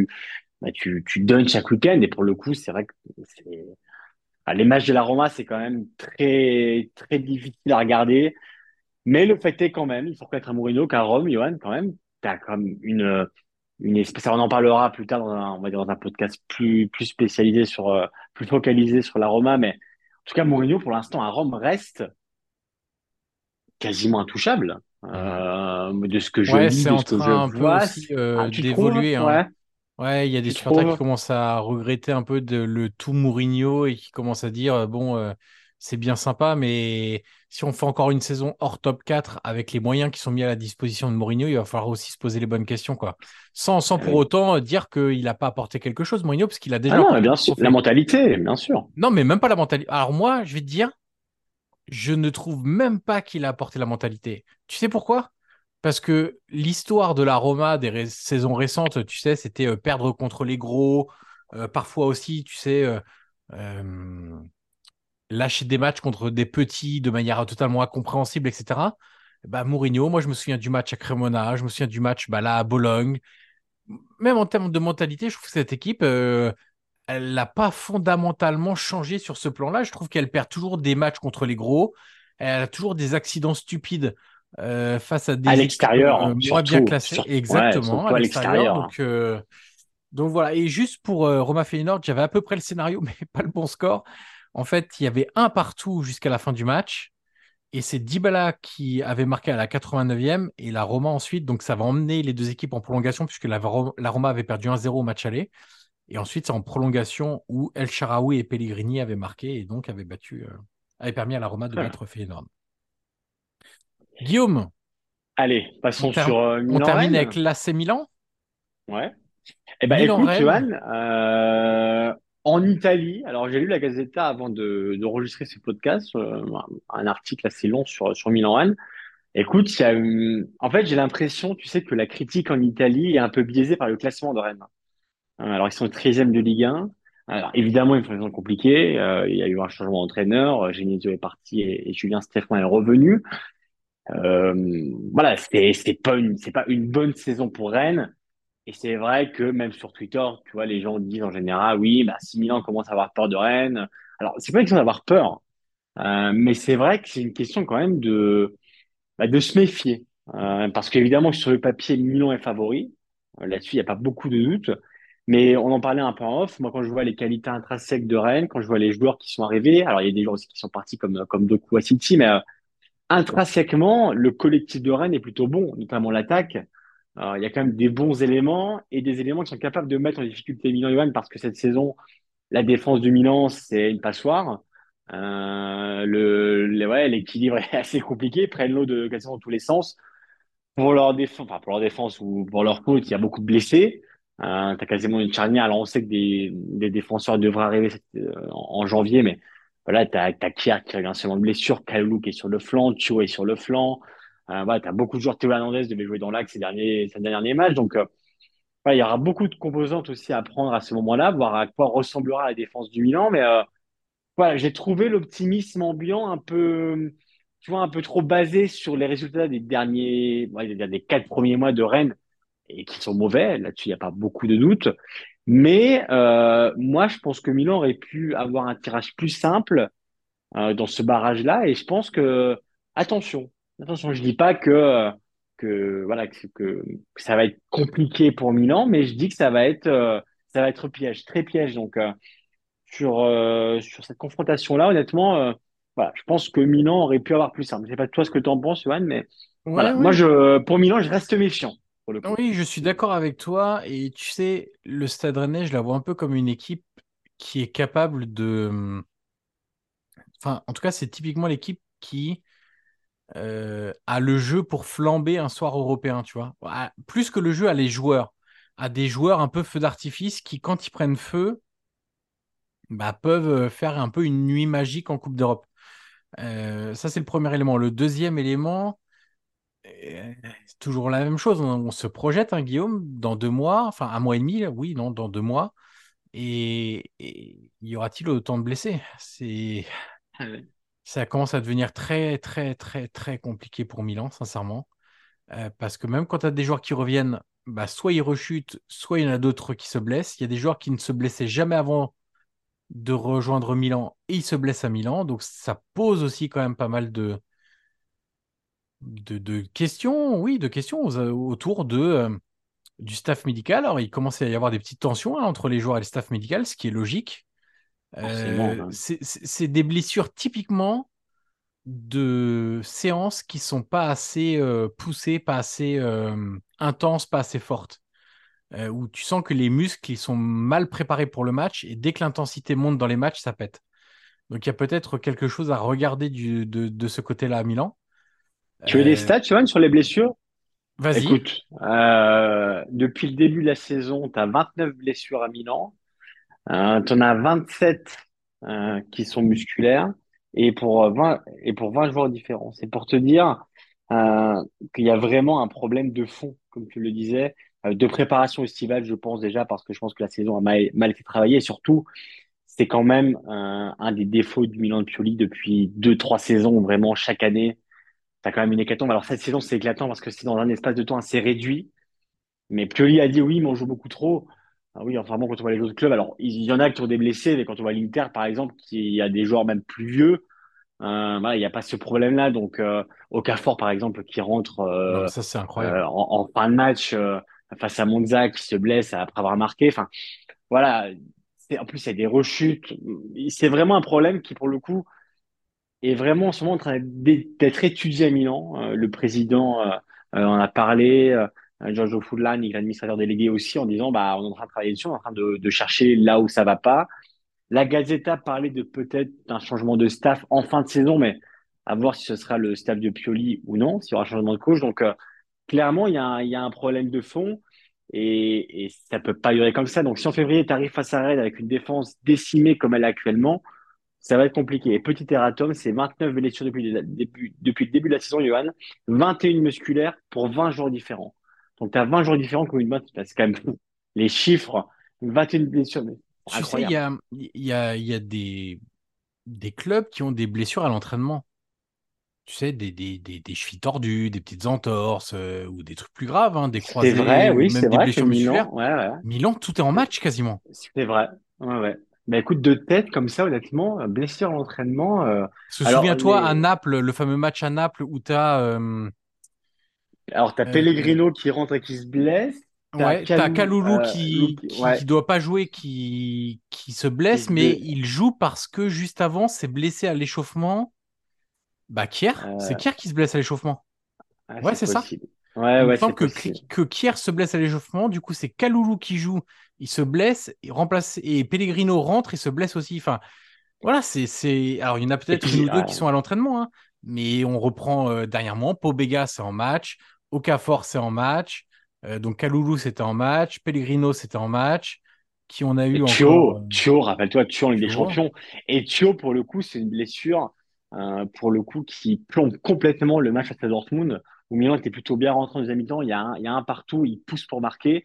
tu donnes chaque week-end. Et pour le coup, c'est vrai que c'est les matchs de la Roma, c'est quand même très, très difficile à regarder. Mais le fait est quand même, il faut reconnaître à Mourinho qu'à Rome, Johan, quand même, t'as comme une espèce, on en parlera plus tard on va dire dans un podcast plus spécialisé plus focalisé sur la Roma. Mais en tout cas, Mourinho, pour l'instant, à Rome, reste quasiment intouchable. Mhm. De ce que je Ouais, lis, c'est de en ce que je train un peu vois. aussi Tu trouves? d'évoluer, hein. Ouais, Ouais, il y a des tu supporters qui trouves? commencent à regretter un peu le tout Mourinho et qui commencent à dire bon, c'est bien sympa, mais si on fait encore une saison hors top 4 avec les moyens qui sont mis à la disposition de Mourinho, il va falloir aussi se poser les bonnes questions, quoi. Sans Ah pour oui. autant dire qu'il n'a pas apporté quelque chose, Mourinho, parce qu'il a Ah déjà non, mais apporté bien des sûr, la trophées. mentalité, bien sûr. Non, mais même pas la mentalité. Alors moi, je vais te dire, je ne trouve même pas qu'il a apporté la mentalité. Tu sais pourquoi? Parce que l'histoire de la Roma des saisons récentes, tu sais, c'était perdre contre les gros, parfois aussi, tu sais, euh, lâcher des matchs contre des petits de manière totalement incompréhensible, etc. Bah, Mourinho, moi je me souviens du match à Cremona, je me souviens du match bah, là à Bologne. Même en termes de mentalité, je trouve que cette équipe, elle n'a pas fondamentalement changé sur ce plan-là. Je trouve qu'elle perd toujours des matchs contre les gros. Elle a toujours des accidents stupides face à À des équipes l'extérieur, moins bien surtout, classées. ouais, Exactement, à surtout à l'extérieur. l'extérieur. Donc voilà. Et juste pour Roma Feyenoord, j'avais à peu près le scénario, mais pas le bon score. En fait, il y avait un partout jusqu'à la fin du match. Et c'est Dybala qui avait marqué à la 89e et la Roma ensuite. Donc ça va emmener les deux équipes en prolongation puisque la Roma avait perdu 1-0 au match aller. Et ensuite, c'est en prolongation où El Shaarawy et Pellegrini avaient marqué et donc avaient permis à la Roma de Ouais. battre Feyenoord. Guillaume, Allez, on, passons ter- sur on termine avec Milan-Rennes. l'AC Milan. Ouais. Eh ben, écoute, Milan-Rennes, Johan, en Italie, alors j'ai lu la Gazzetta avant d'enregistrer ce podcast, un article assez long sur Milan-Rennes. Écoute, en fait, j'ai l'impression, tu sais, que la critique en Italie est un peu biaisée par le classement de Rennes. Alors, ils sont 13e de Ligue 1. Alors, évidemment, une saison compliquée. Il y a eu un changement d'entraîneur. Genesio est parti et Julien Stéphan est revenu. Voilà, c'est pas une bonne saison pour Rennes. Et c'est vrai que même sur Twitter, tu vois, les gens disent en général, oui, bah, si Milan commence à avoir peur de Rennes. Alors, c'est pas une question d'avoir peur, mais c'est vrai que c'est une question quand même de se méfier. Parce qu'évidemment, sur le papier, Milan est favori. Là-dessus, il n'y a pas beaucoup de doutes. Mais on en parlait un peu en off. Moi, quand je vois les qualités intrinsèques de Rennes, quand je vois les joueurs qui sont arrivés, alors il y a des joueurs aussi qui sont partis comme Doku à City, mais intrinsèquement, le collectif de Rennes est plutôt bon, notamment l'attaque. Il y a quand même des bons éléments et des éléments qui sont capables de mettre en difficulté Milan et Rennes parce que cette saison, la défense du Milan, c'est une passoire. Ouais, l'équilibre est assez compliqué, ils prennent l'eau de quasiment dans tous les sens. Pour leur défense ou pour leur faute, il y a beaucoup de blessés. T'as quasiment une charnière. Alors on sait que des défenseurs devraient arriver en janvier, mais voilà, t'as Kier qui revient seulement de blessure, Kalou qui est sur le flanc, Thio est sur le flanc. Voilà, t'as beaucoup de joueurs. Théo Hernandez devait jouer dans l'axe ces derniers matchs. Donc voilà, il y aura beaucoup de composantes aussi à prendre à ce moment-là, voir à quoi ressemblera la défense du Milan. Mais voilà, j'ai trouvé l'optimisme ambiant un peu, tu vois, un peu trop basé sur les résultats des derniers, ouais, des 4 premiers mois de Rennes et qui sont mauvais. Là-dessus, il n'y a pas beaucoup de doutes. Mais moi, je pense que Milan aurait pu avoir un tirage plus simple dans ce barrage-là. Et je pense que, attention, attention, je dis pas que voilà que ça va être compliqué pour Milan, mais je dis que ça va être piège, très piège. Donc sur cette confrontation-là, honnêtement, voilà, je pense que Milan aurait pu avoir plus simple. Je sais pas toi ce que tu en penses, Johan, mais Ouais, voilà, moi ouais. pour Milan, je reste méfiant pour le coup. Oui, je suis d'accord avec toi. Et tu sais, le Stade Rennais, je la vois un peu comme une équipe qui est capable de. Enfin, en tout cas, c'est typiquement l'équipe qui a le jeu pour flamber un soir européen, tu vois. Plus que le jeu, a les joueurs. A des joueurs un peu feu d'artifice qui, quand ils prennent feu, bah, peuvent faire un peu une nuit magique en Coupe d'Europe. Ça, c'est le premier élément. Le deuxième élément, c'est toujours la même chose. On se projette, hein, Guillaume, dans 2 mois, enfin un mois et demi, là, oui, non, dans 2 mois. Et y aura-t-il autant de blessés? Ça commence à devenir très, très, très, très compliqué pour Milan, sincèrement. Parce que même quand tu as des joueurs qui reviennent, bah, soit ils rechutent, soit il y en a d'autres qui se blessent. Il y a des joueurs qui ne se blessaient jamais avant de rejoindre Milan et ils se blessent à Milan. Donc ça pose aussi quand même pas mal de questions, oui, de questions autour du staff médical. Alors il commence à y avoir des petites tensions, hein, entre les joueurs et le staff médical, ce qui est logique. Forcément, hein. C'est des blessures typiquement de séances qui sont pas assez poussées, pas assez intenses, pas assez fortes. Où tu sens que les muscles ils sont mal préparés pour le match et dès que l'intensité monte dans les matchs, ça pète. Donc il y a peut-être quelque chose à regarder de ce côté-là à Milan. Tu veux des Euh, stats, Johan, sur les blessures? Vas-y. Écoute, depuis le début de la saison, tu as 29 blessures à Milan. Tu en as 27 qui sont musculaires et pour 20 joueurs différents. C'est pour te dire qu'il y a vraiment un problème de fond, comme tu le disais, de préparation estivale, je pense déjà, parce que je pense que la saison a mal été travaillée. Et surtout, c'est quand même un des défauts du Milan de Pioli depuis 2, 3 saisons, où vraiment chaque année, tu as quand même une hécatombe. Alors cette saison, c'est éclatant parce que c'est dans un espace de temps assez réduit. Mais Pioli a dit oui, mais on joue beaucoup trop. Ah oui, enfin bon, quand on voit les autres clubs, alors il y en a qui ont des blessés, mais quand on voit l'Inter, par exemple, qui a des joueurs même plus vieux, voilà, il n'y a pas ce problème-là. Donc, Okafor, par exemple, qui rentre Non, mais ça, c'est incroyable. en fin de match face à Monza, qui se blesse après avoir marqué. Enfin, voilà. En plus, il y a des rechutes. C'est vraiment un problème qui, pour le coup, est vraiment en ce moment en train d'être étudié à Milan. Le président en a parlé, Giorgio Fulani, l'administrateur délégué aussi, en disant bah, on est en train de travailler dessus, on est en train de chercher là où ça va pas. La Gazzetta parlait de peut-être un changement de staff en fin de saison, mais à voir si ce sera le staff de Pioli ou non, s'il y aura un changement de coach. Donc, clairement, il y a un problème de fond et ça peut pas durer comme ça. Donc, si en février, tu arrives face à Rennes avec une défense décimée comme elle est actuellement, Ça va être compliqué. Et petit erratum, c'est 29 blessures depuis le début de la saison, Johan. 21 musculaires pour 20 jours différents. Donc, tu as 20 jours différents comme une bonne. C'est quand même fou. Les chiffres, 21 blessures, mais c'est Tu sais, incroyable. il y a des clubs qui ont des blessures à l'entraînement. Tu sais, des chevilles tordues, des petites entorses ou des trucs plus graves, hein, des C'est croisés vrai, ou oui, même c'est des vrai que blessures musculaires. Milan, ouais, ouais, Milan, tout est en match quasiment. c'est vrai. Ouais, ouais. Mais écoute, de tête, comme ça, honnêtement, blessure à l'entraînement. Parce que Alors, souviens-toi, à Naples, le fameux match à Naples où t'as euh, Pellegrino qui rentre et qui se blesse. T'as ouais, t'as Kaloulou Ouais, qui doit pas jouer, qui se qui blesse, se mais blesse. il joue parce que juste avant, s'est blessé à l'échauffement. Bah, Kier, c'est Euh, Kier qui se blesse à l'échauffement. ah, Ouais, c'est c'est ça. possible. Ouais, Il me ouais, c'est semble possible. que Kier se blesse à l'échauffement, du coup, c'est Kaloulou qui joue, il se blesse, il remplace, et Pellegrino rentre et se blesse aussi. Enfin, voilà, Alors, il y en a Et peut-être une puis, ou deux qui sont à l'entraînement, hein, mais on reprend dernièrement. Pobega, c'est en match. Okafor, c'est en match. Donc, Kaloulou, c'était en match. Pellegrino, c'était en match. Qui on a et eu encore Thio, rappelle-toi, Thio en Ligue des Thio. Champions. Et Thio, pour le coup, c'est une blessure, pour le coup, qui plombe complètement le match face à Dortmund, où Milan était plutôt bien rentré en deuxième mi-temps. Il y a un partout, il pousse pour marquer.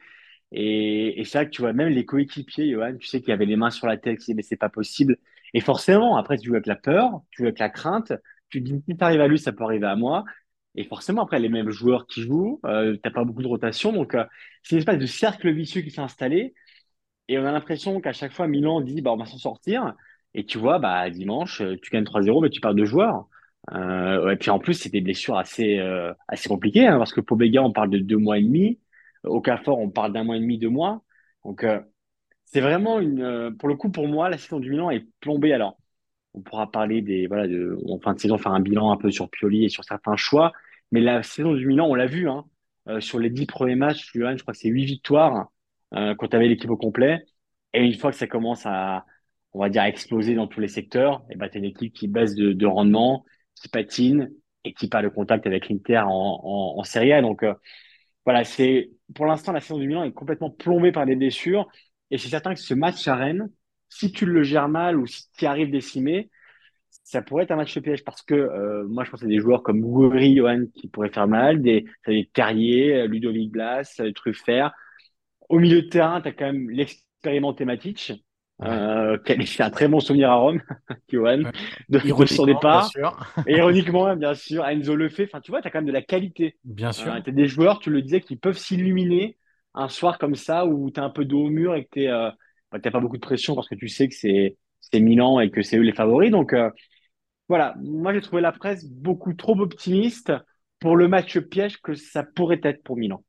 Et c'est vrai que tu vois, même les coéquipiers, Johan, tu sais qu'il y avait les mains sur la tête, qui disaient, mais c'est pas possible. Et forcément, après, tu joues avec la peur, tu joues avec la crainte, tu te dis, si ça arrive à lui, ça peut arriver à moi. Et forcément, après, les mêmes joueurs qui jouent, t'as pas beaucoup de rotation. Donc, c'est une espèce de cercle vicieux qui s'est installé. Et on a l'impression qu'à chaque fois, Milan dit, bah, on va s'en sortir. Et tu vois, bah, dimanche, tu gagnes 3-0, mais tu perds deux joueurs. Et puis en plus, c'est des blessures assez compliquées, hein, parce que Pobega, on parle de 2 mois et demi. Okafor, on parle d'1 mois et demi, 2 mois. Donc, c'est vraiment pour le coup, pour moi, la saison du Milan est plombée. Alors, on pourra parler voilà, en fin de saison, faire un bilan un peu sur Pioli et sur certains choix. Mais la saison du Milan, on l'a vu, hein, sur les 10 premiers matchs, Johan, je crois que c'est 8 victoires, quand tu avais l'équipe au complet. Et une fois que ça commence on va dire, à exploser dans tous les secteurs, et ben, tu une équipe qui baisse de rendement, qui patine et qui perd le contact avec l'Inter en Serie A. Donc, voilà, pour l'instant, la saison du Milan est complètement plombée par des blessures. Et c'est certain que ce match à Rennes, si tu le gères mal ou si tu y arrives décimé, ça pourrait être un match piège parce que moi, je pense à des joueurs comme Gouiri, Johan, qui pourraient faire mal, t'as des Terrier, Ludovic Blas, Truffert. Au milieu de terrain, tu as quand même l'expérimenté Matic, Ouais. qui a laissé un très bon souvenir à Rome, Johan, Ouais. de son Ironiquement, bien départ. sûr. Et ironiquement, bien sûr, Enzo Lefebvre. Enfin, tu vois, tu as quand même de la qualité. Bien sûr. Tu as des joueurs, tu le disais, qui peuvent s'illuminer un soir comme ça où tu es un peu dos au mur et que t'as pas beaucoup de pression parce que tu sais que c'est Milan et que c'est eux les favoris. Donc, voilà, moi j'ai trouvé la presse beaucoup trop optimiste pour le match piège que ça pourrait être pour Milan.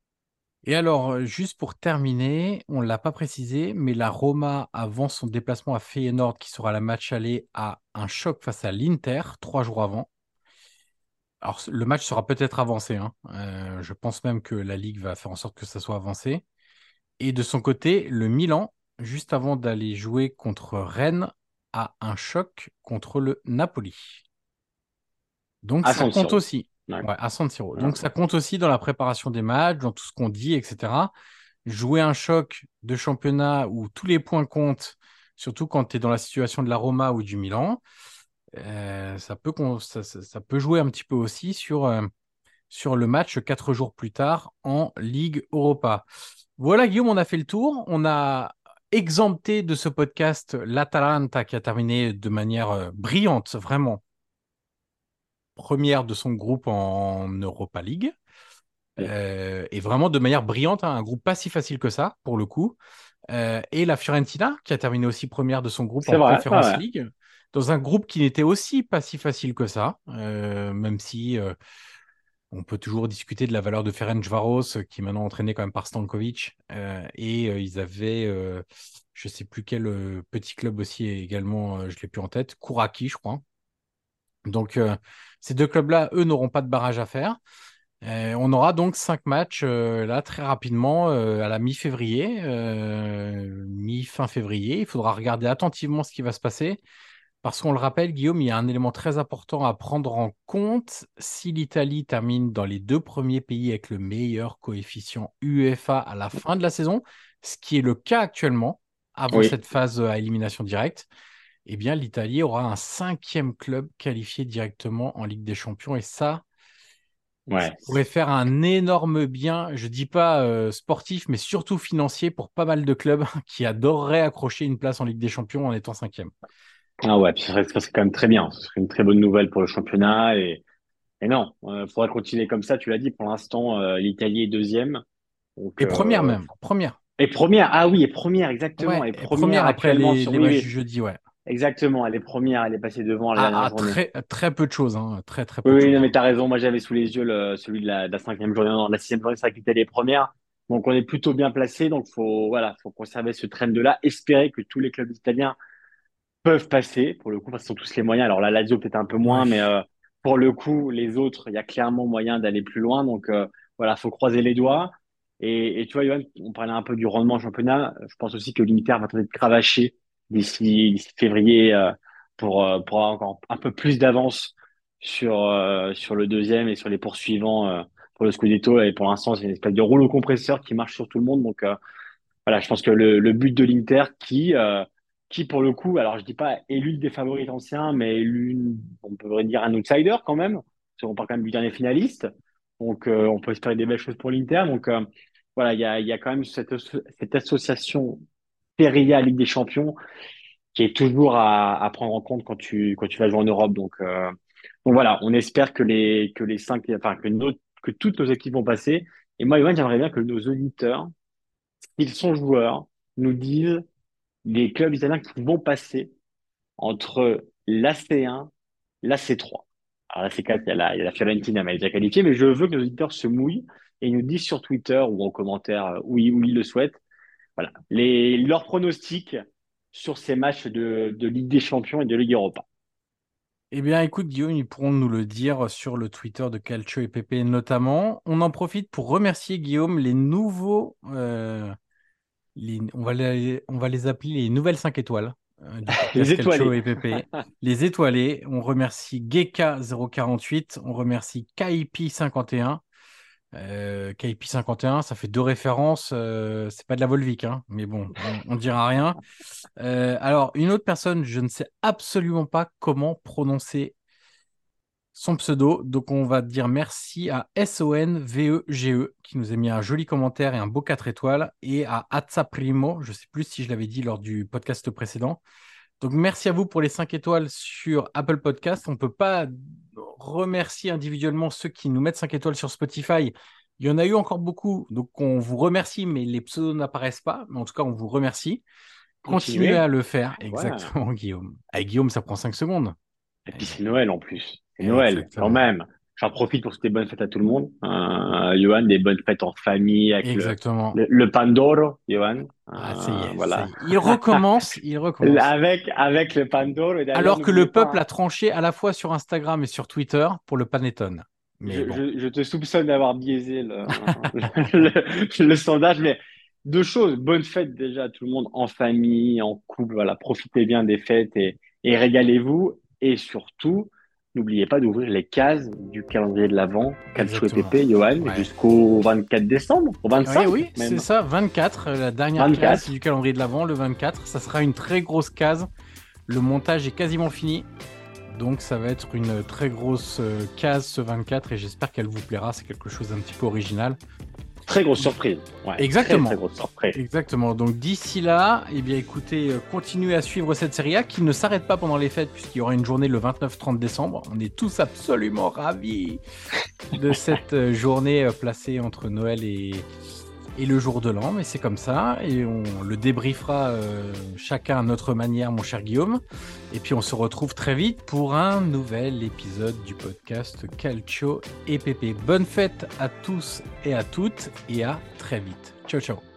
Et alors, juste pour terminer, on ne l'a pas précisé, mais la Roma, avant son déplacement à Feyenoord, qui sera la match aller, a un choc face à l'Inter 3 jours avant. Alors, le match sera peut-être avancé, hein. Je pense même que la Ligue va faire en sorte que ça soit avancé. Et de son côté, le Milan, juste avant d'aller jouer contre Rennes, a un choc contre le Napoli. Donc À ça San compte Siro. aussi. Ouais. Ouais, à San Siro. Ouais. Donc ça compte aussi dans la préparation des matchs, dans tout ce qu'on dit, etc. Jouer un choc de championnat où tous les points comptent, surtout quand tu es dans la situation de la Roma ou du Milan, ça peut jouer un petit peu aussi sur le match 4 jours plus tard en Ligue Europa. Voilà, Guillaume, on a fait le tour. On a exempté de ce podcast l'Atalanta qui a terminé de manière brillante, vraiment première de son groupe en Europa League. Et vraiment de manière brillante, hein, un groupe pas si facile que ça, pour le coup. Et la Fiorentina, qui a terminé aussi première de son groupe C'est en vrai, ouais, Conference ouais. League, dans un groupe qui n'était aussi pas si facile que ça, même si on peut toujours discuter de la valeur de Ferencvaros, qui est maintenant entraîné quand même par Stankovic. Ils avaient, je sais plus quel petit club aussi également, je l'ai plus en tête, Kouraki, je crois. Donc, ces deux clubs-là, eux, n'auront pas de barrage à faire. On aura donc 5 matchs là très rapidement à la mi-février, mi-fin février. Il faudra regarder attentivement ce qui va se passer parce qu'on le rappelle, Guillaume, il y a un élément très important à prendre en compte. Si l'Italie termine dans les 2 premiers pays avec le meilleur coefficient UEFA à la fin de la saison, ce qui est le cas actuellement avant Oui. cette phase à élimination directe, eh bien, l'Italie aura un 5e club qualifié directement en Ligue des Champions. Et ça Ouais. pourrait faire un énorme bien, je dis pas sportif, mais surtout financier pour pas mal de clubs qui adoreraient accrocher une place en Ligue des Champions en étant 5e. Ah ouais, puis ça serait quand même très bien. Ce serait une très bonne nouvelle pour le championnat. Et non, faudrait continuer comme ça. Tu l'as dit, pour l'instant, l'Italie est deuxième. Donc, Et première même, première. et première. Ah oui, et première, exactement. Ouais, Et et première première après actuellement les sur. Oui, matchs du oui, jeudi, ouais. exactement. Elle est première. Elle est passée devant la dernière journée. Très peu de choses, hein. Très, très Oui, peu de oui, non, choses. mais t'as raison. Moi, j'avais sous les yeux celui de la 5e journée. Non, la 6e journée, c'est vrai que l'Italie est première. Donc, on est plutôt bien placé. Donc, faut conserver ce trend-là. Espérer que tous les clubs italiens peuvent passer, pour le coup, parce qu'ils ont tous les moyens. Alors, la Lazio, peut-être un peu moins, Ouais. mais pour le coup, les autres, il y a clairement moyen d'aller plus loin. Donc, voilà, faut croiser les doigts. Et tu vois, Johan, on parlait un peu du rendement au championnat. Je pense aussi que l'Inter va tenter de cravacher d'ici février pour avoir encore un peu plus d'avance sur le deuxième et sur les poursuivants pour le Scudetto. Et pour l'instant, c'est une espèce de rouleau compresseur qui marche sur tout le monde. Donc, voilà, je pense que le but de l'Inter qui pour le coup, alors je dis pas est l'une des favorites anciens, mais on pourrait dire un outsider quand même, parce qu'on parle quand même du dernier finaliste. Donc on peut espérer des belles choses pour l'Inter. Donc voilà, il y a quand même cette association Serie A Ligue des Champions qui est toujours à prendre en compte quand tu vas jouer en Europe. Donc voilà, on espère que les cinq, enfin que toutes nos équipes vont passer. Et moi, Yoann, j'aimerais bien que nos auditeurs ils sont joueurs, nous disent les clubs italiens qui vont passer entre l'AC1, l'AC3. Alors l'AC4, il y a la Fiorentina, mais elle est déjà qualifiée, mais je veux que nos auditeurs se mouillent et nous disent sur Twitter ou en commentaire où ils le souhaitent, voilà, leurs pronostics sur ces matchs de Ligue des Champions et de Ligue Europa. Eh bien, écoute, Guillaume, ils pourront nous le dire sur le Twitter de Calcio et PP notamment. On en profite pour remercier, Guillaume, les nouveaux, on va les appeler les nouvelles 5 étoiles du Les podcast Calcio étoilés. et PP. Les étoilés, on remercie Geka048, on remercie Kaipi51. KP51, ça fait 2 références. C'est pas de la Volvic, hein, mais bon, on dira rien. Alors, une autre personne, je ne sais absolument pas comment prononcer son pseudo. Donc, on va dire merci à SONVEGE qui nous a mis un joli commentaire et un beau 4 étoiles. Et à Atsa Primo, je ne sais plus si je l'avais dit lors du podcast précédent. Donc, merci à vous pour les 5 étoiles sur Apple Podcast. On ne peut pas remercier individuellement ceux qui nous mettent 5 étoiles sur Spotify. Il y en a eu encore beaucoup, donc on vous remercie, mais les pseudos n'apparaissent pas. Mais en tout cas, on vous remercie. Continuez à le faire. Voilà. Exactement, Guillaume. Avec Guillaume, ça prend 5 secondes. Et puis c'est Noël en plus. C'est Noël, quand Exactement. même. J'en profite pour souhaiter bonnes fêtes à tout le monde. Johan, des bonnes fêtes en famille avec Exactement. le Pandoro, Johan. Ah, ça y est, ça Voilà. y est. Il recommence, il recommence. Avec le Pandoro. Et d'ailleurs, Alors que n'oubliez le pas, peuple a tranché à la fois sur Instagram et sur Twitter pour le panettone. Mais bon. je te soupçonne d'avoir biaisé le sondage, mais deux choses. Bonne fête déjà à tout le monde en famille, en couple. Voilà, profitez bien des fêtes et régalez-vous. Et surtout, n'oubliez pas d'ouvrir les cases du calendrier de l'Avent, Calcio et Exactement. PP, Johan, Ouais. jusqu'au 24 décembre, au 25 Oui, c'est même. ça, 24, la dernière 24. case du calendrier de l'Avent, le 24. Ça sera une très grosse case. Le montage est quasiment fini. Donc ça va être une très grosse case ce 24 et j'espère qu'elle vous plaira. C'est quelque chose d'un petit peu original. Très grosse surprise. Ouais, Exactement. Très grosse surprise. Exactement. Donc d'ici là, eh bien écoutez, continuez à suivre cette série A qui ne s'arrête pas pendant les fêtes puisqu'il y aura une journée le 29-30 décembre. On est tous absolument ravis de cette journée placée entre Noël et le jour de l'an, mais c'est comme ça et on le débriefera chacun à notre manière, mon cher Guillaume. Et puis on se retrouve très vite pour un nouvel épisode du podcast Calcio et PP. Bonne fête à tous et à toutes et à très vite. Ciao ciao.